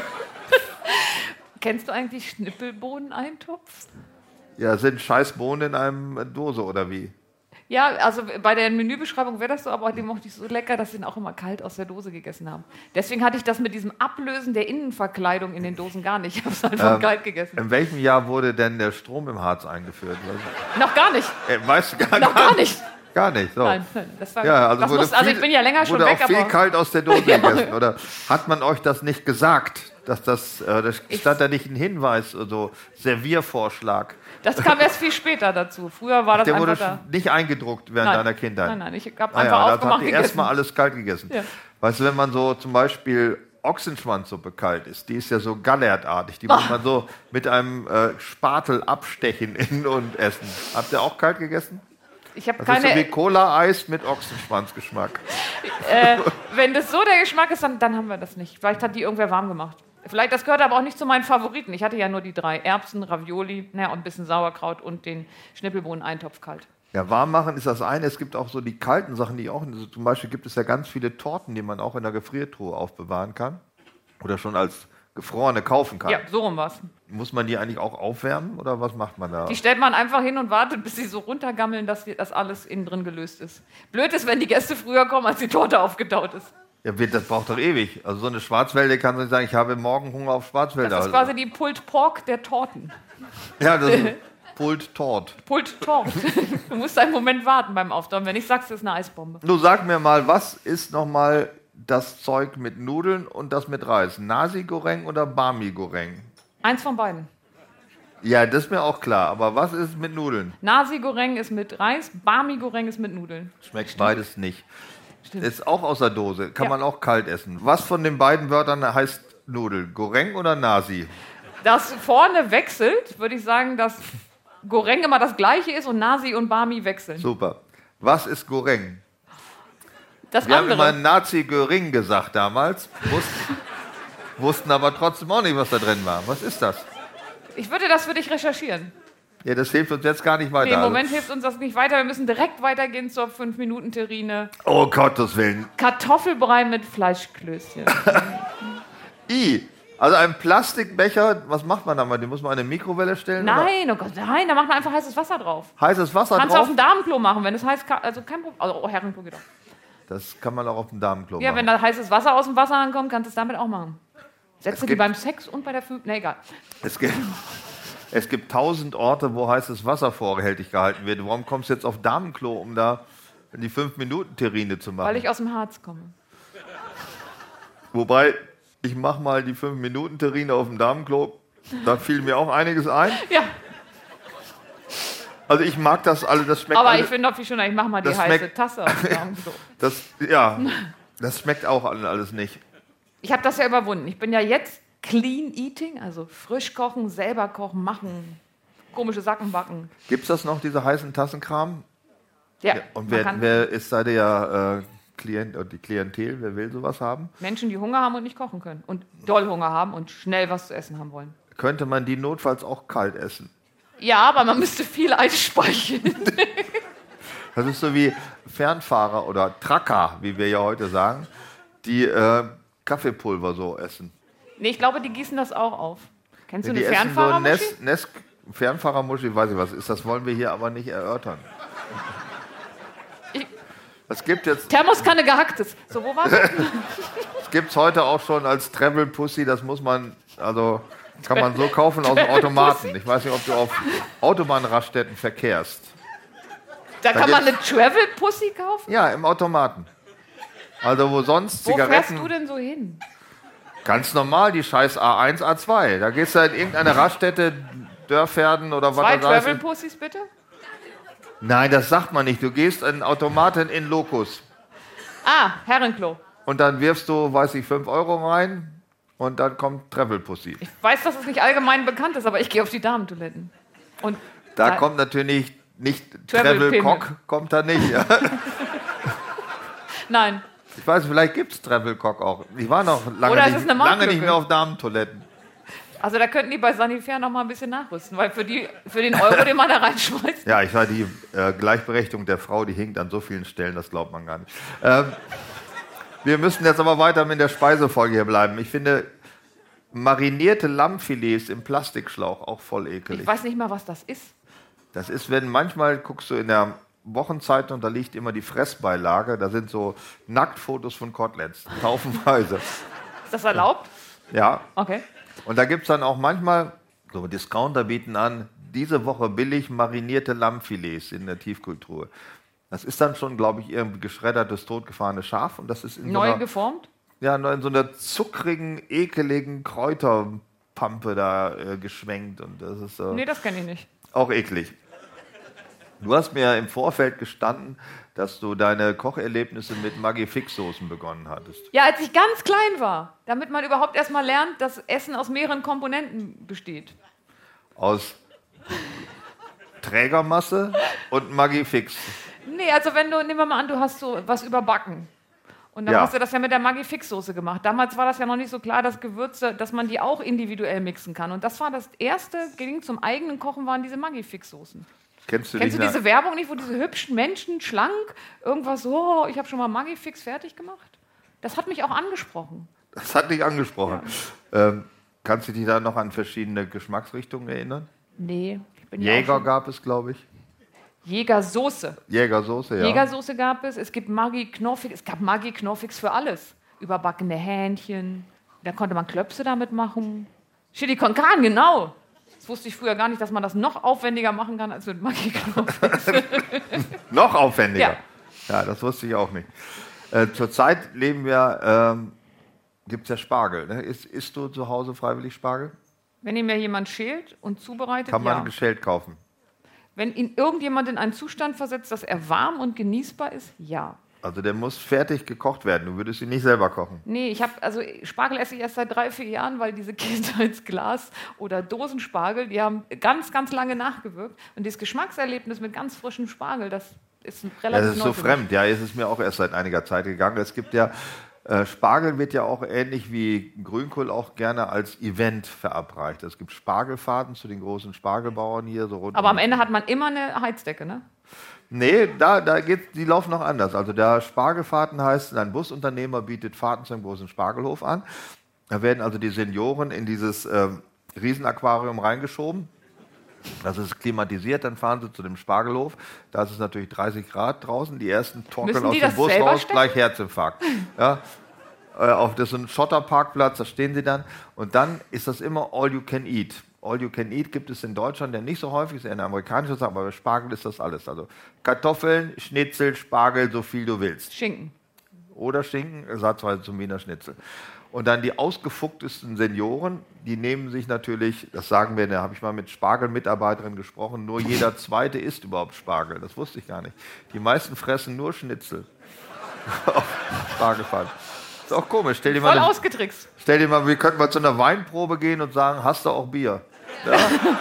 Kennst du eigentlich Schnippelbohneneintopf? Ja, sind scheiß Bohnen in einem Dose oder wie? Ja, also bei der Menübeschreibung wäre das so, aber die mochte ich so lecker, dass sie ihn auch immer kalt aus der Dose gegessen haben. Deswegen hatte ich das mit diesem Ablösen der Innenverkleidung in den Dosen gar nicht. Ich habe es einfach kalt gegessen. In welchem Jahr wurde denn der Strom im Harz eingeführt? Noch gar nicht. Weißt du Noch gar nicht. Gar nicht. So. Nein, das war. Ja, also, das wurde muss, also viel, ich bin ja länger schon wurde weg, auch viel aber. kalt aus der Dose gegessen. Oder hat man euch das nicht gesagt? Dass das stand da nicht ein Hinweis, also Serviervorschlag. Das kam erst viel später dazu. Früher war das Der wurde einfach da. nicht eingedruckt während deiner Kindheit. Nein, ich habe Ah einfach ja, das aufgemacht habt ihr gegessen. erstmal alles kalt gegessen. Ja. Weißt du, wenn man so zum Beispiel Ochsenschwanzsuppe kalt ist, die ist ja so gallertartig, die muss man so mit einem Spatel abstechen innen und essen. Habt ihr auch kalt gegessen? Ich habe Das ist so wie keine. Cola-Eis mit Ochsenschwanzgeschmack. Wenn das so der Geschmack ist, dann haben wir das nicht. Vielleicht hat die irgendwer warm gemacht. Vielleicht, das gehört aber auch nicht zu meinen Favoriten. Ich hatte ja nur die 3 Erbsen, Ravioli, und ein bisschen Sauerkraut und den Schnippelbohnen-Eintopf kalt. Ja, warm machen ist das eine. Es gibt auch so die kalten Sachen, die auch, also zum Beispiel gibt es ja ganz viele Torten, die man auch in der Gefriertruhe aufbewahren kann. Oder schon als gefrorene kaufen kann. Ja, so rum was. Muss man die eigentlich auch aufwärmen oder was macht man da? Die stellt man einfach hin und wartet, bis sie so runtergammeln, dass das alles innen drin gelöst ist. Blöd ist, wenn die Gäste früher kommen, als die Torte aufgetaut ist. Ja, das braucht doch ewig. Also so eine Schwarzwälder kann nicht sagen, ich habe morgen Hunger auf Schwarzwälder. Das ist quasi die Pulled Pork der Torten. Ja, das ist Pulled Tort. Pulled Pork. Du musst einen Moment warten beim Auftauen. Wenn ich sag's, das ist eine Eisbombe. Du sag mir mal, was ist nochmal das Zeug mit Nudeln und das mit Reis? Nasi Goreng oder Bami Goreng? Eins von beiden. Ja, das ist mir auch klar. Aber was ist mit Nudeln? Nasi Goreng ist mit Reis, Bami Goreng ist mit Nudeln. Schmeckt beides nicht. Stimmt. Ist auch aus der Dose. Kann Ja. man auch kalt essen. Was von den beiden Wörtern heißt Nudel? Goreng oder Nasi? Das vorne wechselt, würde ich sagen, dass Goreng immer das gleiche ist und Nasi und Bami wechseln. Super. Was ist Goreng? Das Wir haben immer andere. Nazi-Göring gesagt damals. Wussten aber trotzdem auch nicht, was da drin war. Was ist das? Ich würde das für dich recherchieren. Ja, das hilft uns jetzt gar nicht weiter. Nee, im Moment hilft uns das nicht weiter. Wir müssen direkt weitergehen zur 5-Minuten-Terrine. Oh Gottes Willen. Kartoffelbrei mit Fleischklößchen. Also ein Plastikbecher, was macht man damit? Den muss man in eine Mikrowelle stellen? Oder? Nein, oh Gott, nein, da macht man einfach heißes Wasser drauf. Heißes Wasser Kannst du auf drauf? dem Damenklo machen, wenn es heiß, also kein Problem. Also Herrenklo geht auch. Das kann man auch auf dem Damenklo Ja, machen. wenn da heißes Wasser aus dem Wasser ankommt, kannst du es damit auch machen. Sätze, die gibt- beim Sex und bei der Ne, egal. Es gibt 1000 Orte, wo heißes Wasser vorrätig gehalten wird. Warum kommst du jetzt auf Damenklo, um da die 5-Minuten-Terrine zu machen? Weil ich aus dem Harz komme. Wobei, ich mache mal die 5-Minuten-Terrine auf dem Damenklo. Da fiel mir auch einiges ein. Ja, Also ich mag das alle, das schmeckt aber alle, ich finde doch viel schöner, ich mache mal die Das heiße schmeckt- Tasse auf dem Damenklo. das schmeckt auch alles nicht. Ich habe das ja überwunden. Ich bin ja jetzt Clean Eating, also frisch kochen, selber kochen, machen, komische Sachen backen. Gibt's das noch, diese heißen Tassenkram? Ja, Und man kann wer ist da der Klient, die Klientel? Wer will sowas haben? Menschen, die Hunger haben und nicht kochen können und doll Hunger haben und schnell was zu essen haben wollen. Könnte man die notfalls auch kalt essen? Ja, aber man müsste viel einspeichern. Das ist so wie Fernfahrer oder Tracker, wie wir ja heute sagen, die Kaffeepulver so essen. Nee, ich glaube, die gießen das auch auf. Kennst du Die eine essen so Fernfahrermuschi? Fernfahrermuschi, weiß ich was ist, das wollen wir hier aber nicht erörtern. Das gibt jetzt, Thermoskanne gehacktes. So, wo war das? das gibt's heute auch schon als Travel Pussy, das muss man, also kann man so kaufen aus dem Automaten. Ich weiß nicht, ob du auf Autobahnraststätten verkehrst. Da kann man eine Travel-Pussy kaufen? Ja, im Automaten. Also wo sonst Wo fährst du Zigaretten, denn so hin? ganz normal, die scheiß A1, A2. Da gehst du in irgendeine Raststätte, Dörferden oder was Zwei das heißt. Travel-Pussys bitte? Nein, das sagt man nicht. Du gehst in Automaten in Locus Ah, Herrenklo. und dann wirfst du, weiß ich, 5 Euro rein und dann kommt Travel Pussy. Ich weiß, dass es nicht allgemein bekannt ist, aber ich gehe auf die Damentoiletten. Und Da kommt natürlich nicht Travel Travel Pimmel. Cock, kommt da nicht. Ja. nein, Ich weiß, vielleicht gibt es Travel Cock auch. Ich war noch lange, Oder es ist eine lange Marktlücke. nicht mehr auf Damentoiletten. also da könnten die bei Sanifair noch mal ein bisschen nachrüsten, weil für den Euro, den man da reinschmeißt. Ja, ich war die Gleichberechtigung der Frau, die hinkt an so vielen Stellen, das glaubt man gar nicht. Wir müssen jetzt aber weiter mit der Speisefolge hier bleiben. Ich finde marinierte Lammfilets im Plastikschlauch auch voll ekelig. Ich weiß nicht mal, was das ist. Das ist, wenn manchmal guckst du in der Wochenzeitung, da liegt immer die Fressbeilage, da sind so Nacktfotos von Koteletts, haufenweise. Ist das erlaubt? Ja, Okay. und da gibt es dann auch manchmal, so Discounter bieten an, diese Woche billig marinierte Lammfilets in der Tiefkühltruhe. Das ist dann schon, glaube ich, irgendwie geschreddertes, totgefahrenes Schaf. Und das ist in so Neu einer, geformt? ja, nur in so einer zuckrigen, ekeligen Kräuterpampe da geschwenkt. Und das ist Nee, das kenne ich nicht. auch eklig. Du hast mir im Vorfeld gestanden, dass du deine Kocherlebnisse mit Maggi-Fix-Soßen begonnen hattest. Ja, als ich ganz klein war, damit man überhaupt erstmal lernt, dass Essen aus mehreren Komponenten besteht. Aus Trägermasse und Maggi-Fix. Nee, also nehmen wir mal an, du hast so was überbacken. Und dann Ja. hast du das ja mit der Maggi-Fix-Soße gemacht. Damals war das ja noch nicht so klar, dass Gewürze, dass man die auch individuell mixen kann. Und das war das erste Ding zum eigenen Kochen, waren diese Maggi-Fix-Soßen. Kennst du Kennst du die? diese Werbung nicht, wo diese hübschen Menschen, schlank, irgendwas so, oh, ich habe schon mal Maggi-Fix fertig gemacht? Das hat mich auch angesprochen. Das hat dich angesprochen. Kannst du dich da noch an verschiedene Geschmacksrichtungen erinnern? Nee. Jäger gab es, glaube ich. Jägersoße. Jägersoße, ja. Jägersoße gab es. Es gibt Maggi Knorfix. Es gab Maggi Knorfix für alles. Überbackene Hähnchen. Da konnte man Klöpse damit machen. Chili con Carne, genau. Das wusste ich früher gar nicht, dass man das noch aufwendiger machen kann als mit Maggi Knorfix. Noch aufwendiger? Ja. Ja, das wusste ich auch nicht. Zurzeit leben wir, gibt es ja Spargel. Ne? Isst du zu Hause freiwillig Spargel? Wenn ihn mir jemand schält und zubereitet, Kann man ja. geschält kaufen? Wenn ihn irgendjemand in einen Zustand versetzt, dass er warm und genießbar ist, ja. Also der muss fertig gekocht werden. Du würdest ihn nicht selber kochen. Nee, Spargel esse ich erst seit 3-4 Jahren, weil diese Kindheitsglas- oder Dosenspargel, die haben ganz, ganz lange nachgewirkt. Und dieses Geschmackserlebnis mit ganz frischem Spargel, das ist relativ Das ist so fremd. Ja, es ist mir auch erst seit einiger Zeit gegangen. Es gibt ja, Spargel wird ja auch ähnlich wie Grünkohl auch gerne als Event verabreicht. Es gibt Spargelfahrten zu den großen Spargelbauern hier. So rund. Aber am Ende hat man immer eine Heizdecke, ne? Nee, die laufen noch anders. Also der Spargelfahrten heißt, ein Busunternehmer bietet Fahrten zu einem großen Spargelhof an. Da werden also die Senioren in dieses Riesenaquarium reingeschoben. Das ist klimatisiert, dann fahren sie zu dem Spargelhof. Da ist es natürlich 30 Grad draußen. Die ersten torkeln aus dem Bus raus, gleich Herzinfarkt. Ja. Das ist ein Schotterparkplatz, da stehen sie dann. Und dann ist das immer all you can eat. All you can eat gibt es in Deutschland ja nicht so häufig, ist eher eine amerikanische Sache, aber bei Spargel ist das alles. Also Kartoffeln, Schnitzel, Spargel, so viel du willst. Schinken. Oder Schinken, ersatzweise zum Wiener Schnitzel. Und dann die ausgefucktesten Senioren, die nehmen sich natürlich, das sagen wir, da habe ich mal mit Spargelmitarbeiterinnen gesprochen, nur jeder Zweite isst überhaupt Spargel. Das wusste ich gar nicht. Die meisten fressen nur Schnitzel. Auf Spargelfahren. Ist auch komisch. Stell dir mal ausgetrickst. Stell dir mal, wir könnten mal zu einer Weinprobe gehen und sagen, hast du auch Bier? Ja?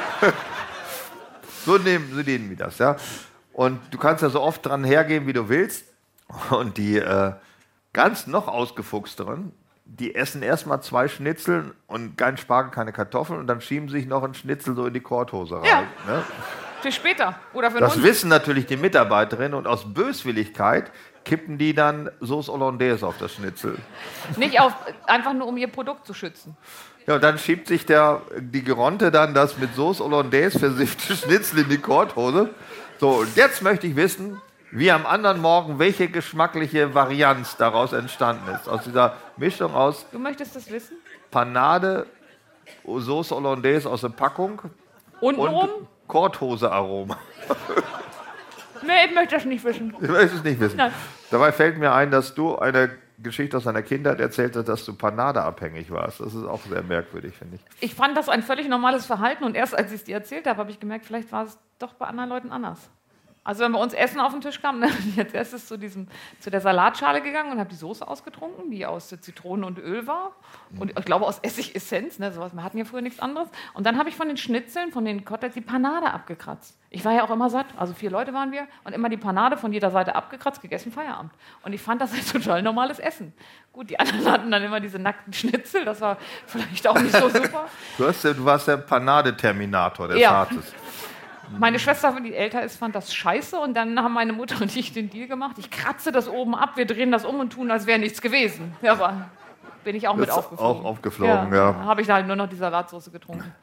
So nehmen die das. Ja? Und du kannst ja so oft dran hergehen, wie du willst. Und die ganz noch ausgefuchsteren, die essen erstmal 2 Schnitzel und kein Spargel, keine Kartoffeln und dann schieben sich noch ein Schnitzel so in die Korthose rein. Ja. Ne? Für später oder für Das uns. wissen natürlich die Mitarbeiterinnen und aus Böswilligkeit kippen die dann Sauce Hollandaise auf das Schnitzel. Einfach nur, um ihr Produkt zu schützen. Ja, und dann schiebt sich die Geronte dann das mit Sauce Hollandaise versiffte Schnitzel in die Korthose. So, und jetzt möchte ich wissen, wie am anderen Morgen, welche geschmackliche Varianz daraus entstanden ist. Aus dieser Mischung aus Du möchtest das wissen? Panade, Sauce Hollandaise aus der Packung und Korthose-Aroma. Nee, ich möchte das nicht wissen. Ich möchte es nicht wissen. Nein. Dabei fällt mir ein, dass du eine Geschichte aus deiner Kindheit erzählt hast, dass du Panade-abhängig warst. Das ist auch sehr merkwürdig, finde ich. Ich fand das ein völlig normales Verhalten und erst als ich es dir erzählt habe, habe ich gemerkt, vielleicht war es doch bei anderen Leuten anders. Also wenn bei uns Essen auf den Tisch kam, dann bin ich als erstes zu der Salatschale gegangen und habe die Soße ausgetrunken, die aus Zitrone und Öl war. Und ich glaube aus Essigessenz, ne, sowas. Wir hatten ja früher nichts anderes. Und dann habe ich von den Schnitzeln, von den Koteletts, die Panade abgekratzt. Ich war ja auch immer satt, also 4 Leute waren wir und immer die Panade von jeder Seite abgekratzt, gegessen, Feierabend. Und ich fand das ein total normales Essen. Gut, die anderen hatten dann immer diese nackten Schnitzel, das war vielleicht auch nicht so super. Du warst der Panade-Terminator des Harzes. Meine Schwester, die älter ist, fand das scheiße und dann haben meine Mutter und ich den Deal gemacht. Ich kratze das oben ab, wir drehen das um und tun, als wäre nichts gewesen. Ja, aber bin ich auch mit aufgeflogen. Auch aufgeflogen, ja. Habe ich halt nur noch die Salatsauce getrunken.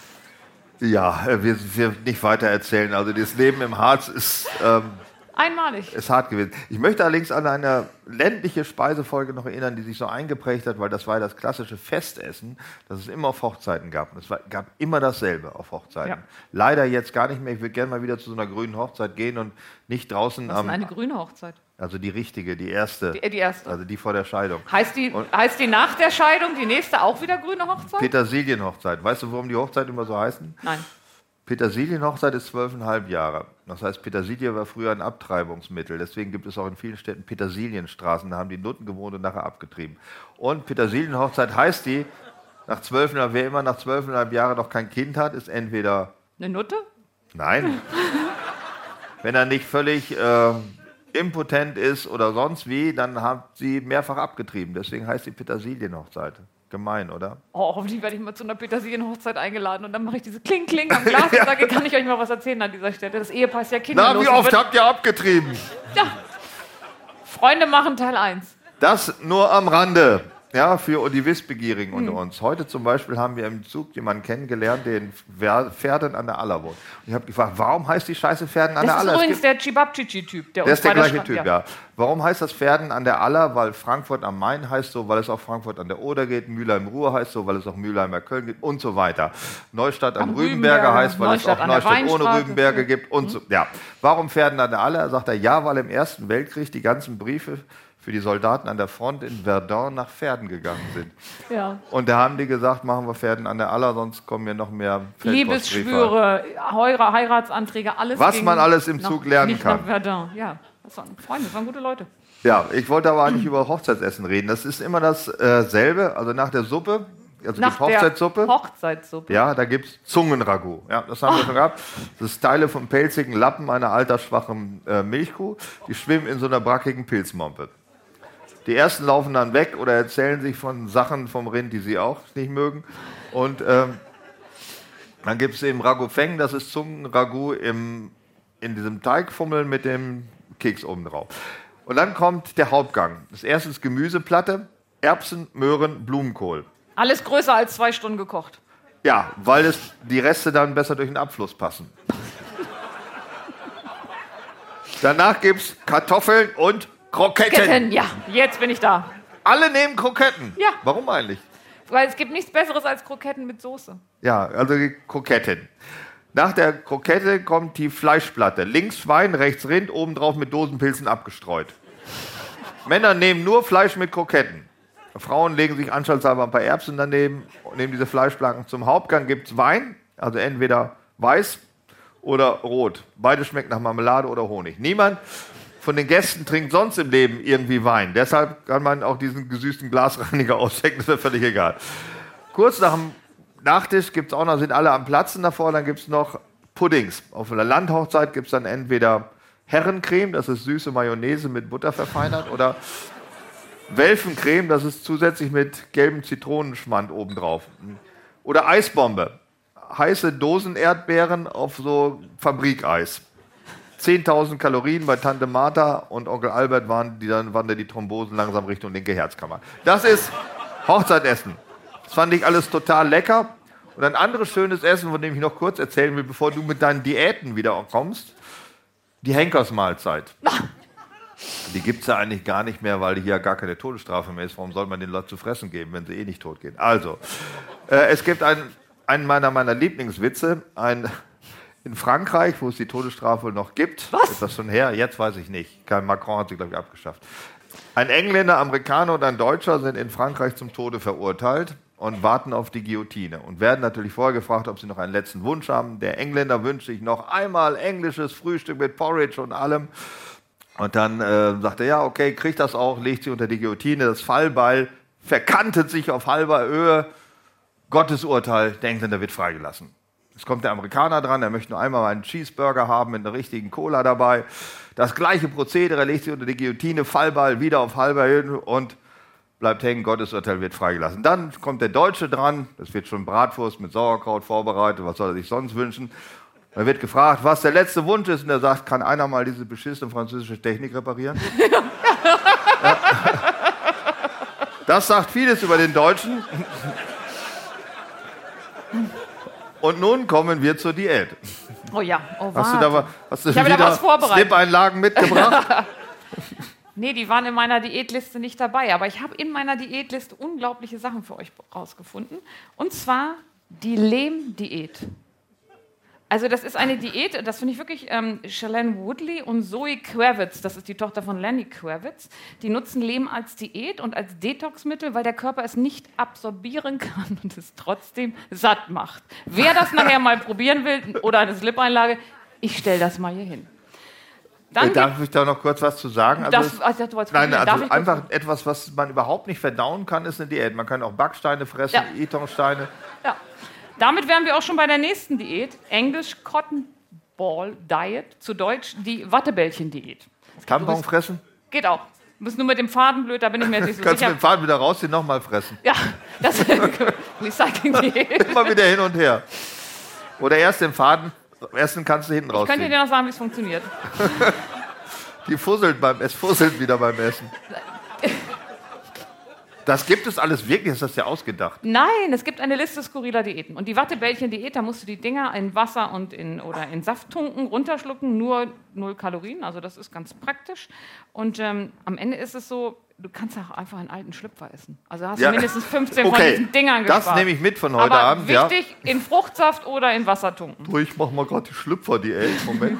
Ja, wir nicht weiter erzählen. Also das Leben im Harz ist Einmalig. Ist hart gewesen. Ich möchte allerdings an eine ländliche Speisefolge noch erinnern, die sich so eingeprägt hat, weil das war das klassische Festessen, das es immer auf Hochzeiten gab. Und es gab immer dasselbe auf Hochzeiten. Ja. Leider jetzt gar nicht mehr. Ich würde gerne mal wieder zu so einer grünen Hochzeit gehen und nicht draußen Was ist eine grüne Hochzeit? Also die richtige, die erste. Die erste. Also die vor der Scheidung. Heißt die nach der Scheidung die nächste auch wieder grüne Hochzeit? Petersilienhochzeit. Weißt du, warum die Hochzeiten immer so heißen? Nein. Petersilienhochzeit ist 12,5 Jahre. Das heißt, Petersilie war früher ein Abtreibungsmittel. Deswegen gibt es auch in vielen Städten Petersilienstraßen. Da haben die Nutten gewohnt und nachher abgetrieben. Und Petersilienhochzeit heißt wer immer nach 12,5 Jahren noch kein Kind hat, ist entweder... Eine Nutte? Nein. Wenn er nicht völlig impotent ist oder sonst wie, dann hat sie mehrfach abgetrieben. Deswegen heißt die Petersilienhochzeit. Gemein, oder? Oh, hoffentlich werde ich mal zu einer Petersilienhochzeit eingeladen und dann mache ich diese Kling-Kling am Glas und sage, kann ich euch mal was erzählen an dieser Stelle? Das Ehepaar ist ja kinderlos. Na, wie oft habt ihr abgetrieben? Ja. Freunde machen Teil 1. Das nur am Rande. Ja, für die Wissbegierigen unter uns. Heute zum Beispiel haben wir im Zug jemanden kennengelernt, der in Pferden an der Aller wohnt. Und ich habe gefragt, warum heißt die Scheiße Pferden an der Aller? Das ist übrigens der Chibabchichi-Typ. Der ist der gleiche Typ, ja. Warum heißt das Pferden an der Aller? Weil Frankfurt am Main heißt so, weil es auch Frankfurt an der Oder geht. Mülheim-Ruhr heißt so, weil es auch Mülheimer Köln gibt und so weiter. Neustadt am Rübenberger heißt, weil es auch Neustadt ohne Rübenberge gibt und so. Ja. Warum Pferden an der Aller? Sagt er, ja, weil im Ersten Weltkrieg die ganzen Briefe für die Soldaten an der Front in Verdun nach Pferden gegangen sind. Ja. Und da haben die gesagt, machen wir Pferden an der Aller, sonst kommen hier noch mehr Liebesschwüre, Heiratsanträge, alles. Was man alles im Zug lernen kann. Nach Verdun. Ja, das waren Freunde, das waren gute Leute. Ja, ich wollte aber eigentlich über Hochzeitsessen reden. Das ist immer dasselbe, also nach der Suppe, also nach Hochzeitssuppe. Hochzeitssuppe. Ja, da gibt es Zungenragout. Ja, das haben wir schon gehabt. Das ist Teile vom pelzigen Lappen einer altersschwachen Milchkuh. Die schwimmen in so einer brackigen Pilzmompe. Die ersten laufen dann weg oder erzählen sich von Sachen vom Rind, die sie auch nicht mögen. Und dann gibt es eben Ragout Feng, das ist Zungenragout in diesem Teigfummeln mit dem Keks oben drauf. Und dann kommt der Hauptgang. Das erste ist Gemüseplatte, Erbsen, Möhren, Blumenkohl. Alles größer als 2 Stunden gekocht. Ja, weil die Reste dann besser durch den Abfluss passen. Danach gibt es Kartoffeln und Kroketten. Ja, jetzt bin ich da. Alle nehmen Kroketten. Ja. Warum eigentlich? Weil es gibt nichts Besseres als Kroketten mit Soße. Ja, also Kroketten. Nach der Krokette kommt die Fleischplatte. Links Schwein, rechts Rind, obendrauf mit Dosenpilzen abgestreut. Männer nehmen nur Fleisch mit Kroketten. Frauen legen sich anschauungshalber ein paar Erbsen daneben und nehmen diese Fleischplatten. Zum Hauptgang gibt es Wein, also entweder weiß oder rot. Beides schmeckt nach Marmelade oder Honig. Niemand von den Gästen trinkt sonst im Leben irgendwie Wein. Deshalb kann man auch diesen gesüßten Glasreiniger ausschenken, das ist völlig egal. Kurz nach dem Nachtisch gibt's auch noch, sind alle am Platzen davor, dann gibt es noch Puddings. Auf einer Landhochzeit gibt es dann entweder Herrencreme, das ist süße Mayonnaise mit Butter verfeinert, oder Welfencreme, das ist zusätzlich mit gelbem Zitronenschmand obendrauf. Oder Eisbombe, heiße Dosenerdbeeren auf so Fabrikeis. 10.000 Kalorien bei Tante Martha und Onkel Albert wandern die Thrombosen langsam Richtung linke Herzkammer. Das ist Hochzeitessen. Das fand ich alles total lecker. Und ein anderes schönes Essen, von dem ich noch kurz erzählen will, bevor du mit deinen Diäten wieder kommst, die Henkersmahlzeit. Die gibt es ja eigentlich gar nicht mehr, weil hier gar keine Todesstrafe mehr ist. Warum soll man den Leuten zu fressen geben, wenn sie eh nicht tot gehen? Also, es gibt einen meiner Lieblingswitze, in Frankreich, wo es die Todesstrafe noch gibt. Was? Ist das schon her? Jetzt weiß ich nicht. Kein Macron hat sie, glaube ich, abgeschafft. Ein Engländer, Amerikaner und ein Deutscher sind in Frankreich zum Tode verurteilt und warten auf die Guillotine und werden natürlich vorher gefragt, ob sie noch einen letzten Wunsch haben. Der Engländer wünscht sich noch einmal englisches Frühstück mit Porridge und allem. Und dann sagt er, ja, okay, kriegt das auch, legt sie unter die Guillotine. Das Fallbeil verkantet sich auf halber Höhe. Gottesurteil, der Engländer wird freigelassen. Jetzt kommt der Amerikaner dran, er möchte nur einmal einen Cheeseburger haben mit einer richtigen Cola dabei. Das gleiche Prozedere, er legt sie unter die Guillotine, Fallbeil wieder auf halber Höhe und bleibt hängen, Gottesurteil wird freigelassen. Dann kommt der Deutsche dran, das wird schon Bratwurst mit Sauerkraut vorbereitet, was soll er sich sonst wünschen? Da wird gefragt, was der letzte Wunsch ist und er sagt, kann einer mal diese beschissene französische Technik reparieren? Ja. Das sagt vieles über den Deutschen. Und nun kommen wir zur Diät. Oh ja, oh Hast du wieder Slip-Einlagen mitgebracht? Nee, die waren in meiner Diätliste nicht dabei. Aber ich habe in meiner Diätliste unglaubliche Sachen für euch rausgefunden. Und zwar die Lehm-Diät. Also das ist eine Diät, das finde ich wirklich, Shailene Woodley und Zoe Kravitz, das ist die Tochter von Lenny Kravitz, die nutzen Lehm als Diät und als Detoxmittel, weil der Körper es nicht absorbieren kann und es trotzdem satt macht. Wer das nachher mal probieren will oder eine Slip-Einlage, ich stelle das mal hier hin. Darf ich da noch kurz was zu sagen? Einfach etwas, was man überhaupt nicht verdauen kann, ist eine Diät. Man kann auch Backsteine fressen, ja. Etonsteine. Ja. Damit wären wir auch schon bei der nächsten Diät, English Cotton Ball Diet, zu Deutsch die Wattebällchen-Diät. Tampon fressen? Geht auch. Du bist nur mit dem Faden blöd, da bin ich mir jetzt nicht so Kannst sicher. Kannst du mit dem Faden wieder rausziehen, nochmal fressen? Ja, das ist Recycling-Diät. Immer wieder hin und her. Oder erst den Faden, essen kannst du hinten rausziehen. Ich könnte dir noch sagen, wie es funktioniert. Es fusselt wieder beim Essen. Das gibt es alles wirklich? Ist das ja ausgedacht? Nein, es gibt eine Liste skurriler Diäten. Und die Wattebällchen-Diät, da musst du die Dinger in Wasser und oder in Saft tunken, runterschlucken, nur 0 Kalorien. Also das ist ganz praktisch. Und am Ende ist es so, du kannst auch einfach einen alten Schlüpfer essen. Also hast du mindestens 15 von diesen Dingern gespart. Das nehme ich mit von heute Aber Abend. wichtig, in Fruchtsaft oder in Wasser tunken. Du, ich mach mal gerade die Schlüpfer-Diät. Moment.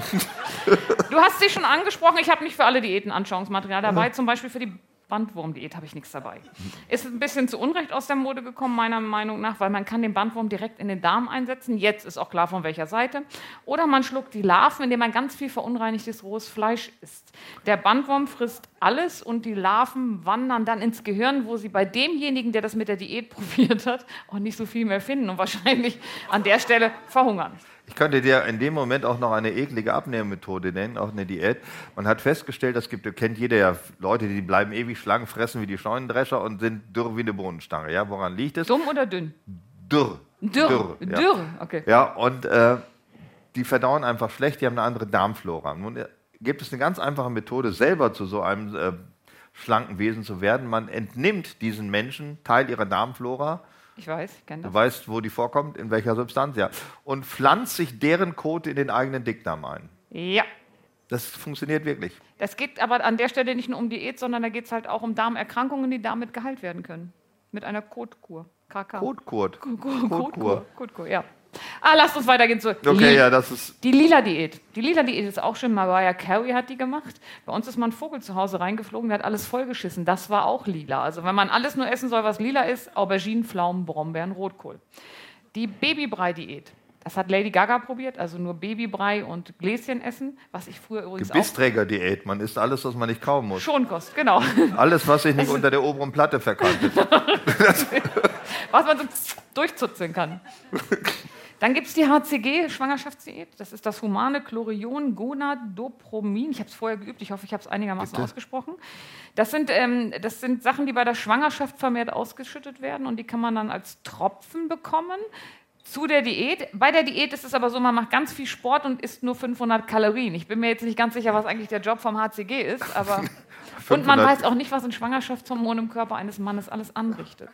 Du hast sie schon angesprochen, ich habe nicht für alle Diäten Anschauungsmaterial dabei, zum Beispiel für die Bandwurm-Diät habe ich nichts dabei. Ist ein bisschen zu Unrecht aus der Mode gekommen, meiner Meinung nach, weil man kann den Bandwurm direkt in den Darm einsetzen. Jetzt ist auch klar, von welcher Seite. Oder man schluckt die Larven, indem man ganz viel verunreinigtes rohes Fleisch isst. Der Bandwurm frisst alles und die Larven wandern dann ins Gehirn, wo sie bei demjenigen, der das mit der Diät probiert hat, auch nicht so viel mehr finden und wahrscheinlich an der Stelle verhungern. Ich könnte dir in dem Moment auch noch eine eklige Abnehmmethode nennen, auch eine Diät. Man hat festgestellt, kennt jeder ja Leute, die bleiben ewig Schlangen, fressen wie die Scheunendrescher und sind dürr wie eine Bohnenstange. Ja, woran liegt es? Dumm oder dünn? Dürr. Dürr, ja. Dürr, okay. Ja, und die verdauen einfach schlecht, die haben eine andere Darmflora. Nun gibt es eine ganz einfache Methode, selber zu so einem schlanken Wesen zu werden. Man entnimmt diesen Menschen Teil ihrer Darmflora. Ich weiß, ich kenne das. Du weißt, wo die vorkommt, in welcher Substanz, ja. Und pflanzt sich deren Kot in den eigenen Dickdarm ein. Ja. Das funktioniert wirklich. Das geht aber an der Stelle nicht nur um Diät, sondern da geht es halt auch um Darmerkrankungen, die damit geheilt werden können. Mit einer Kotkur. KK. Kotkur, ja. Lasst uns weitergehen zu okay, ja, das ist die Lila-Diät. Die Lila-Diät ist auch schön. Mariah Carey hat die gemacht. Bei uns ist mal ein Vogel zu Hause reingeflogen, der hat alles vollgeschissen. Das war auch lila. Also wenn man alles nur essen soll, was lila ist, Auberginen, Pflaumen, Brombeeren, Rotkohl. Die Babybrei-Diät. Das hat Lady Gaga probiert, also nur Babybrei und Gläschen essen, was ich früher übrigens Gebissträger-Diät. Man isst alles, was man nicht kauen muss. Schonkost, genau. Alles, was sich nicht unter der oberen Platte verkantet. Was man so durchzuzeln kann. Dann gibt es die HCG-Schwangerschaftsdiät. Das ist das humane Chlorion-Gonadopromin. Ich habe es vorher geübt, ich hoffe, ich habe es einigermaßen ausgesprochen. Das sind Sachen, die bei der Schwangerschaft vermehrt ausgeschüttet werden und die kann man dann als Tropfen bekommen. Zu der Diät. Bei der Diät ist es aber so, man macht ganz viel Sport und isst nur 500 Kalorien. Ich bin mir jetzt nicht ganz sicher, was eigentlich der Job vom HCG ist, aber und man weiß auch nicht, was ein Schwangerschaftshormon im Körper eines Mannes alles anrichtet.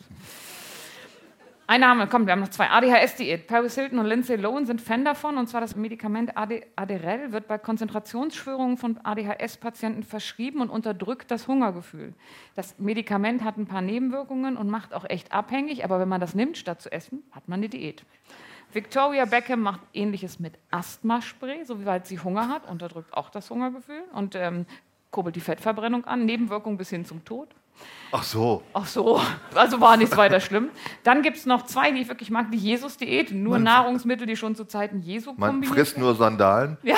Ein Name, komm, wir haben noch 2. ADHS-Diät. Paris Hilton und Lindsay Lohan sind Fan davon, und zwar das Medikament Adderall wird bei Konzentrationsstörungen von ADHS-Patienten verschrieben und unterdrückt das Hungergefühl. Das Medikament hat ein paar Nebenwirkungen und macht auch echt abhängig, aber wenn man das nimmt, statt zu essen, hat man eine Diät. Victoria Beckham macht Ähnliches mit Asthmaspray, soweit sie Hunger hat, unterdrückt auch das Hungergefühl und kurbelt die Fettverbrennung an, Nebenwirkungen bis hin zum Tod. Ach so, Also war nichts weiter schlimm. Dann gibt es noch 2, die ich wirklich mag, die Jesus-Diät, nur Nahrungsmittel, die schon zu Zeiten Jesu kombiniert. Man frisst nur Sandalen. Ja.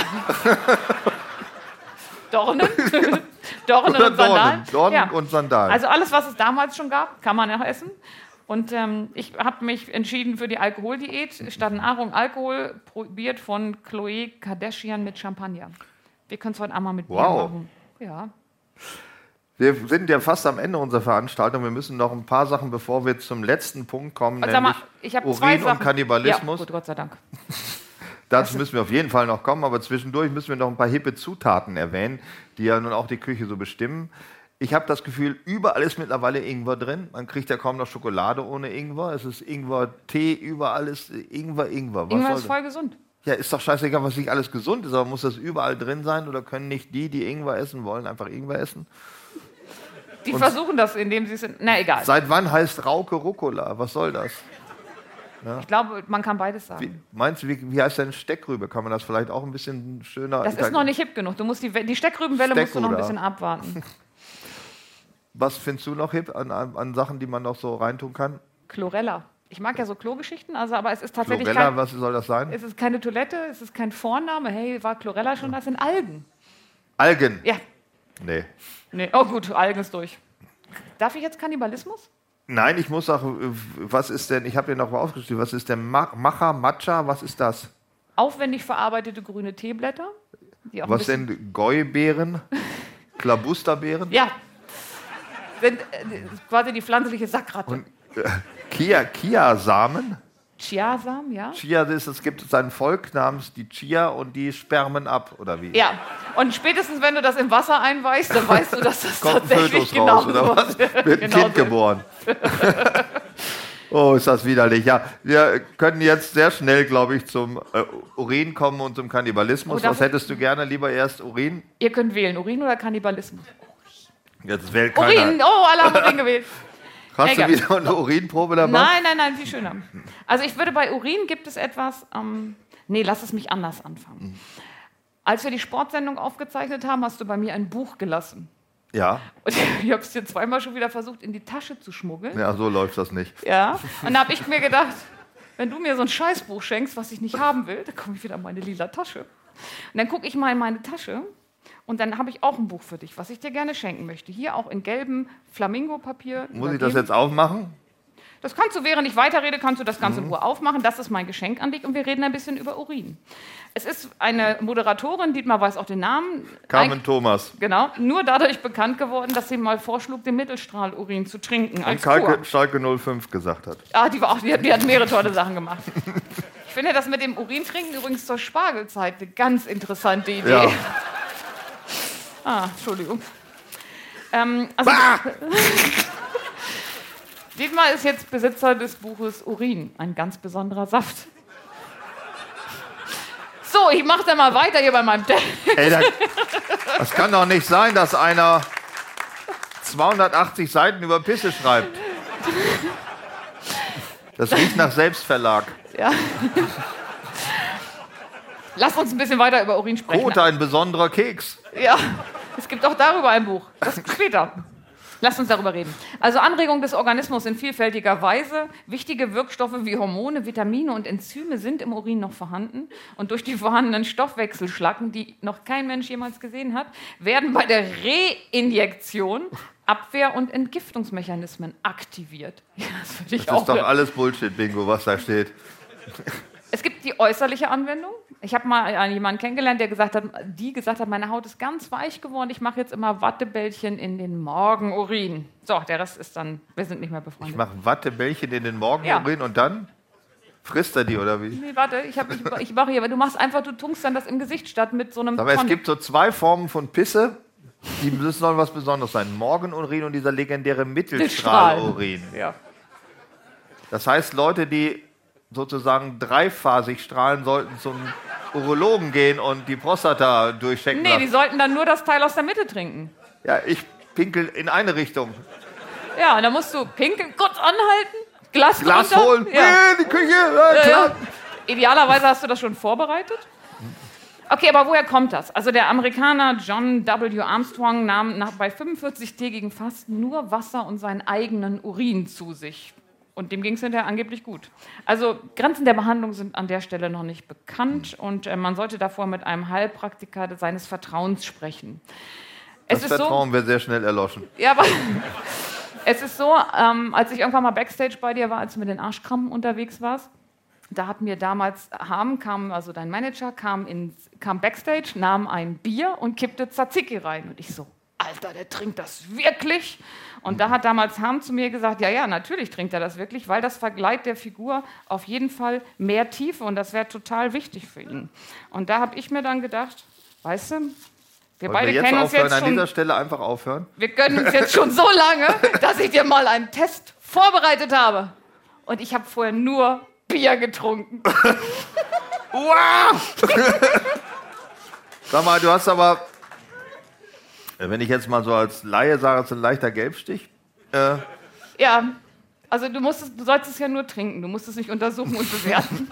Dornen und Sandalen. Dornen und Sandalen. Also alles, was es damals schon gab, kann man auch essen. Und ich habe mich entschieden für die Alkoholdiät. Statt Nahrung Alkohol, probiert von Khloe Kardashian mit Champagner. Wir können es heute einmal mit Bier machen. Ja. Wir sind ja fast am Ende unserer Veranstaltung. Wir müssen noch ein paar Sachen, bevor wir zum letzten Punkt kommen, nämlich ich habe Urin und Kannibalismus. Ja, gut, Gott sei Dank. Dazu müssen wir auf jeden Fall noch kommen, aber zwischendurch müssen wir noch ein paar hippe Zutaten erwähnen, die ja nun auch die Küche so bestimmen. Ich habe das Gefühl, überall ist mittlerweile Ingwer drin. Man kriegt ja kaum noch Schokolade ohne Ingwer. Es ist Ingwer-Tee, überall ist Ingwer. Ingwer ist voll gesund. Ja, ist doch scheißegal, was nicht alles gesund ist, aber muss das überall drin sein oder können nicht die Ingwer essen wollen, einfach Ingwer essen? Die versuchen das, indem sie es... Na, egal. Seit wann heißt Rauke Rucola? Was soll das? Ja. Ich glaube, man kann beides sagen. Meinst du, wie heißt denn Steckrübe? Kann man das vielleicht auch ein bisschen schöner... Das ist noch nicht hip genug. Du musst die Steckrübenwelle musst du noch ein bisschen abwarten. Was findest du noch hip an Sachen, die man noch so reintun kann? Chlorella. Ich mag ja so Klogeschichten, aber es ist tatsächlich Chlorella, was soll das sein? Es ist keine Toilette, es ist kein Vorname. Hey, war Chlorella schon? Das sind Algen. Algen? Ja. Nee. Oh gut, Algen ist durch. Darf ich jetzt Kannibalismus? Nein, ich muss auch, was ist denn, ich habe dir noch mal aufgeschrieben, was ist denn Macha, Matcha, was ist das? Aufwendig verarbeitete grüne Teeblätter. Die auch was denn Gäubeeren? Klabusterbeeren? Ja, sind quasi die pflanzliche Sackratte. Und Kia-Samen? Chiasamen, ja. Chia ist, es gibt ein Volk namens die Chia und die spermen ab, oder wie? Ja, und spätestens, wenn du das im Wasser einweichst, dann weißt du, dass das Kommt ein tatsächlich Fötus genau raus, oder so was? Wird ein genau Kind so. geboren. Oh, ist das widerlich. Ja, wir können jetzt sehr schnell, glaube ich, zum Urin kommen und zum Kannibalismus. Oh, Was hättest du gerne? Lieber erst Urin? Ihr könnt wählen, Urin oder Kannibalismus. Jetzt wählt keiner. Urin, oh, alle haben Urin gewählt. Hast du Egal. wieder eine Urinprobe dabei? Nein, viel schöner. Also ich würde bei Urin gibt es etwas, nee, lass es mich anders anfangen. Als wir die Sportsendung aufgezeichnet haben, hast du bei mir ein Buch gelassen. Ja. Und ich habe es dir zweimal schon wieder versucht, in die Tasche zu schmuggeln. Ja, so läuft das nicht. Ja. Und da habe ich mir gedacht, wenn du mir so ein Scheißbuch schenkst, was ich nicht haben will, dann komme ich wieder in meine lila Tasche. Und dann gucke ich mal in meine Tasche und dann habe ich auch ein Buch für dich, was ich dir gerne schenken möchte. Hier auch in gelbem Flamingo-Papier. Muss ich das jetzt aufmachen? Das kannst du, während ich weiterrede, kannst du das Ganze in Ruhe aufmachen. Das ist mein Geschenk an dich und wir reden ein bisschen über Urin. Es ist eine Moderatorin, Dietmar weiß auch den Namen. Carmen Thomas. Genau, nur dadurch bekannt geworden, dass sie mal vorschlug, den Mittelstrahlurin zu trinken Und als Kur. Schalke 05 gesagt hat. Ah, die hat mehrere tolle Sachen gemacht. Ich finde das mit dem Urintrinken übrigens zur Spargelzeit eine ganz interessante Idee. Ja. Entschuldigung. Also, Dietmar ist jetzt Besitzer des Buches Urin, ein ganz besonderer Saft. So, ich mache dann mal weiter hier bei meinem Text. Ey, das kann doch nicht sein, dass einer 280 Seiten über Pisse schreibt. Das riecht nach Selbstverlag. Ja. Lass uns ein bisschen weiter über Urin sprechen. Kot, ein besonderer Keks. Ja, es gibt auch darüber ein Buch. Das später. Lass uns darüber reden. Also Anregung des Organismus in vielfältiger Weise. Wichtige Wirkstoffe wie Hormone, Vitamine und Enzyme sind im Urin noch vorhanden. Und durch die vorhandenen Stoffwechselschlacken, die noch kein Mensch jemals gesehen hat, werden bei der Reinjektion Abwehr- und Entgiftungsmechanismen aktiviert. Ja, das würde ich Das auch ist doch alles Bullshit-Bingo, was da steht. Es gibt die äußerliche Anwendung. Ich habe mal jemanden kennengelernt, der gesagt hat, meine Haut ist ganz weich geworden, ich mache jetzt immer Wattebällchen in den Morgenurin. So, der Rest ist dann, wir sind nicht mehr befreundet. Ich mache Wattebällchen in den Morgenurin und dann frisst er die, oder wie? Nee, warte, ich mache hier, weil du tunkst dann das im Gesicht statt mit so einem Aber es Tonic. gibt so zwei Formen von Pisse, die müssen noch was Besonderes sein. Morgenurin und dieser legendäre Mittelstrahlurin. Ja. Das heißt, Leute, die sozusagen dreiphasig strahlen, sollten zum Urologen gehen und die Prostata durchchecken Nee, die lassen. sollten dann nur das Teil aus der Mitte trinken. Ja, ich pinkel in eine Richtung. Ja, und dann musst du pinkeln, kurz anhalten, Glas Glas runter. holen, Ja. nee, die Küche, ja, klar. Idealerweise hast du das schon vorbereitet. Okay, aber woher kommt das? Also der Amerikaner John W. Armstrong nahm bei 45-tägigem Fasten nur Wasser und seinen eigenen Urin zu sich. Und dem ging es hinterher angeblich gut. Also Grenzen der Behandlung sind an der Stelle noch nicht bekannt und man sollte davor mit einem Heilpraktiker seines Vertrauens sprechen. Das Vertrauen wäre sehr schnell erloschen. Ja, aber es ist so, als ich irgendwann mal Backstage bei dir war, als du mit den Arschkrampen unterwegs warst, da hat mir damals also dein Manager kam Backstage, nahm ein Bier und kippte Tzatziki rein. Und ich so, Alter, der trinkt das wirklich? Und da hat damals Harm zu mir gesagt, ja, natürlich trinkt er das wirklich, weil das verleiht der Figur auf jeden Fall mehr Tiefe und das wäre total wichtig für ihn. Und da habe ich mir dann gedacht, weißt du, wir beide kennen uns jetzt an schon, dieser Stelle einfach aufhören? wir können uns jetzt schon so lange, dass ich dir mal einen Test vorbereitet habe. Und ich habe vorher nur Bier getrunken. Wow! Sag mal, du hast aber, wenn ich jetzt mal so als Laie sage, es ist ein leichter Gelbstich. Ja, also du sollst es ja nur trinken, du musst es nicht untersuchen und bewerten.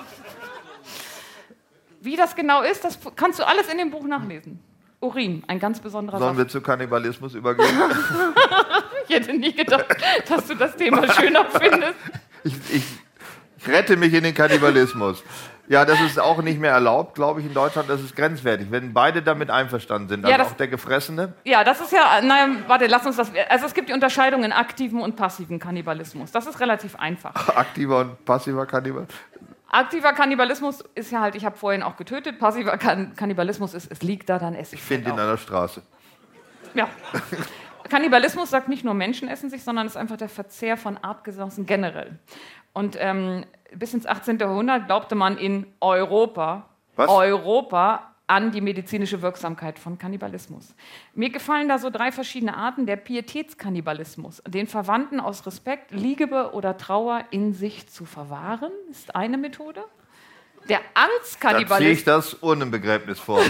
Wie das genau ist, das kannst du alles in dem Buch nachlesen. Urin, ein ganz besonderer Sollen Saft. wir zu Kannibalismus übergehen? Ich hätte nie gedacht, dass du das Thema schöner findest. Ich rette mich in den Kannibalismus. Ja, das ist auch nicht mehr erlaubt, glaube ich, in Deutschland. Das ist grenzwertig, wenn beide damit einverstanden sind. Also Ja, auch der Gefressene. Ja, das ist ja, nein, warte, lass uns das, also es gibt die Unterscheidung in aktiven und passiven Kannibalismus. Das ist relativ einfach. Aktiver und passiver Kannibalismus. Aktiver Kannibalismus ist ja halt, ich habe vorhin auch getötet, passiver Kannibalismus ist, es liegt da, dann esse ich Ich finde ihn an der Straße. Ja. Kannibalismus sagt nicht nur Menschen essen sich, sondern ist einfach der Verzehr von Artgenossen generell. Und bis ins 18. Jahrhundert glaubte man in Europa an die medizinische Wirksamkeit von Kannibalismus. Mir gefallen da so 3 verschiedene Arten. Der Pietätskannibalismus, den Verwandten aus Respekt, Liebe oder Trauer in sich zu verwahren, ist eine Methode. Der Angstkannibalismus. Dann ziehe ich das Urnenbegräbnis vor.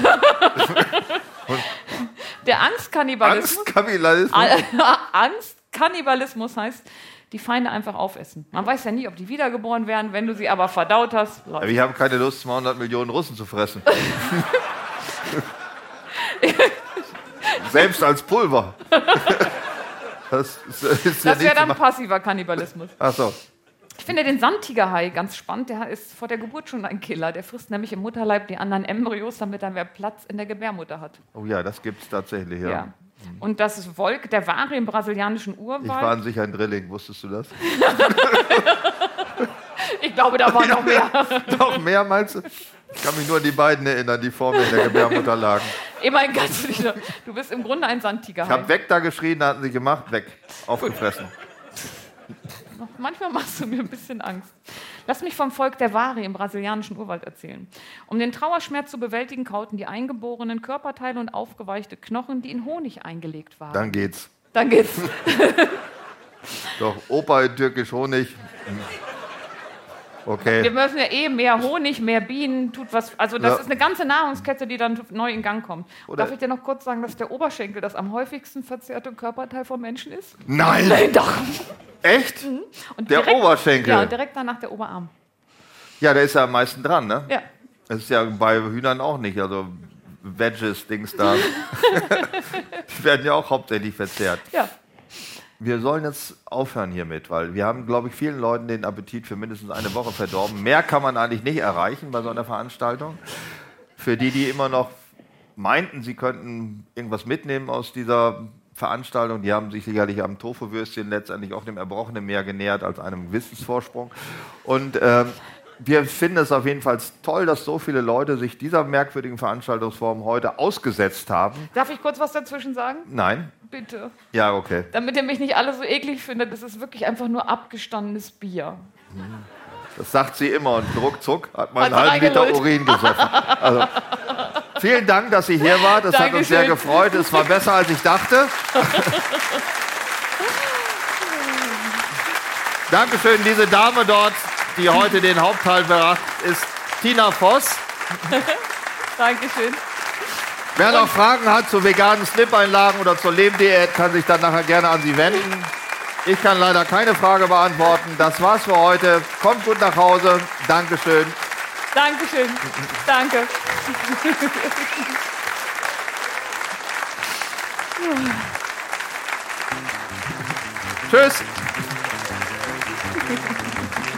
Der Angstkannibalismus. Angstkannibalismus heißt, die Feinde einfach aufessen. Man weiß ja nie, ob die wiedergeboren werden, wenn du sie aber verdaut hast. Aber wir haben keine Lust, 200 Millionen Russen zu fressen. Selbst als Pulver. Das wäre dann passiver Kannibalismus. Ach so. Ich finde den Sandtigerhai ganz spannend. Der ist vor der Geburt schon ein Killer. Der frisst nämlich im Mutterleib die anderen Embryos, damit er mehr Platz in der Gebärmutter hat. Oh ja, das gibt es tatsächlich, ja. Und das ist der Ware im brasilianischen Urwald. Ich war an sich ein Drilling, wusstest du das? Ich glaube, da waren noch mehr. Noch mehr, meinst du? Ich kann mich nur an die beiden erinnern, die vor mir in der Gebärmutter lagen. Immerhin kannst du dich noch. Du bist im Grunde ein Sandtigerhai. Ich habe weg da geschrien, da hatten sie gemacht, weg, aufgefressen. Manchmal machst du mir ein bisschen Angst. Lass mich vom Volk der Wari im brasilianischen Urwald erzählen. Um den Trauerschmerz zu bewältigen, kauten die eingeborenen Körperteile und aufgeweichte Knochen, die in Honig eingelegt waren. Dann geht's. Doch, Opa in Türkisch Honig. Okay. Wir müssen ja mehr Honig, mehr Bienen, tut was. Also das ist eine ganze Nahrungskette, die dann neu in Gang kommt. Darf ich dir noch kurz sagen, dass der Oberschenkel das am häufigsten verzehrte Körperteil vom Menschen ist? Nein, doch. Echt? Und der Oberschenkel? Ja, und direkt danach der Oberarm. Ja, der ist ja am meisten dran, ne? Ja. Das ist ja bei Hühnern auch nicht, also Veggies-Dings da. Die werden ja auch hauptsächlich verzehrt. Ja. Wir sollen jetzt aufhören hiermit, weil wir haben, glaube ich, vielen Leuten den Appetit für mindestens eine Woche verdorben. Mehr kann man eigentlich nicht erreichen bei so einer Veranstaltung. Für die immer noch meinten, sie könnten irgendwas mitnehmen aus dieser Veranstaltung, die haben sich sicherlich am Tofu-Würstchen letztendlich auch dem Erbrochenen mehr genähert als einem Wissensvorsprung. Und wir finden es auf jeden Fall toll, dass so viele Leute sich dieser merkwürdigen Veranstaltungsform heute ausgesetzt haben. Darf ich kurz was dazwischen sagen? Nein. Bitte. Ja, okay. Damit ihr mich nicht alle so eklig findet, das ist wirklich einfach nur abgestandenes Bier. Das sagt sie immer und ruckzuck hat man einen halben Liter Urin gesoffen. Also, vielen Dank, dass Sie hier waren. Das hat uns sehr gefreut. Es war besser, als ich dachte. Dankeschön, diese Dame dort, die heute den Hauptteil beraten, ist Tina Voss. Dankeschön. Wer noch Fragen hat zu veganen Slip-Einlagen oder zur Lehmdiät, kann sich dann nachher gerne an Sie wenden. Ich kann leider keine Frage beantworten. Das war's für heute. Kommt gut nach Hause. Dankeschön. Dankeschön. Danke. Tschüss.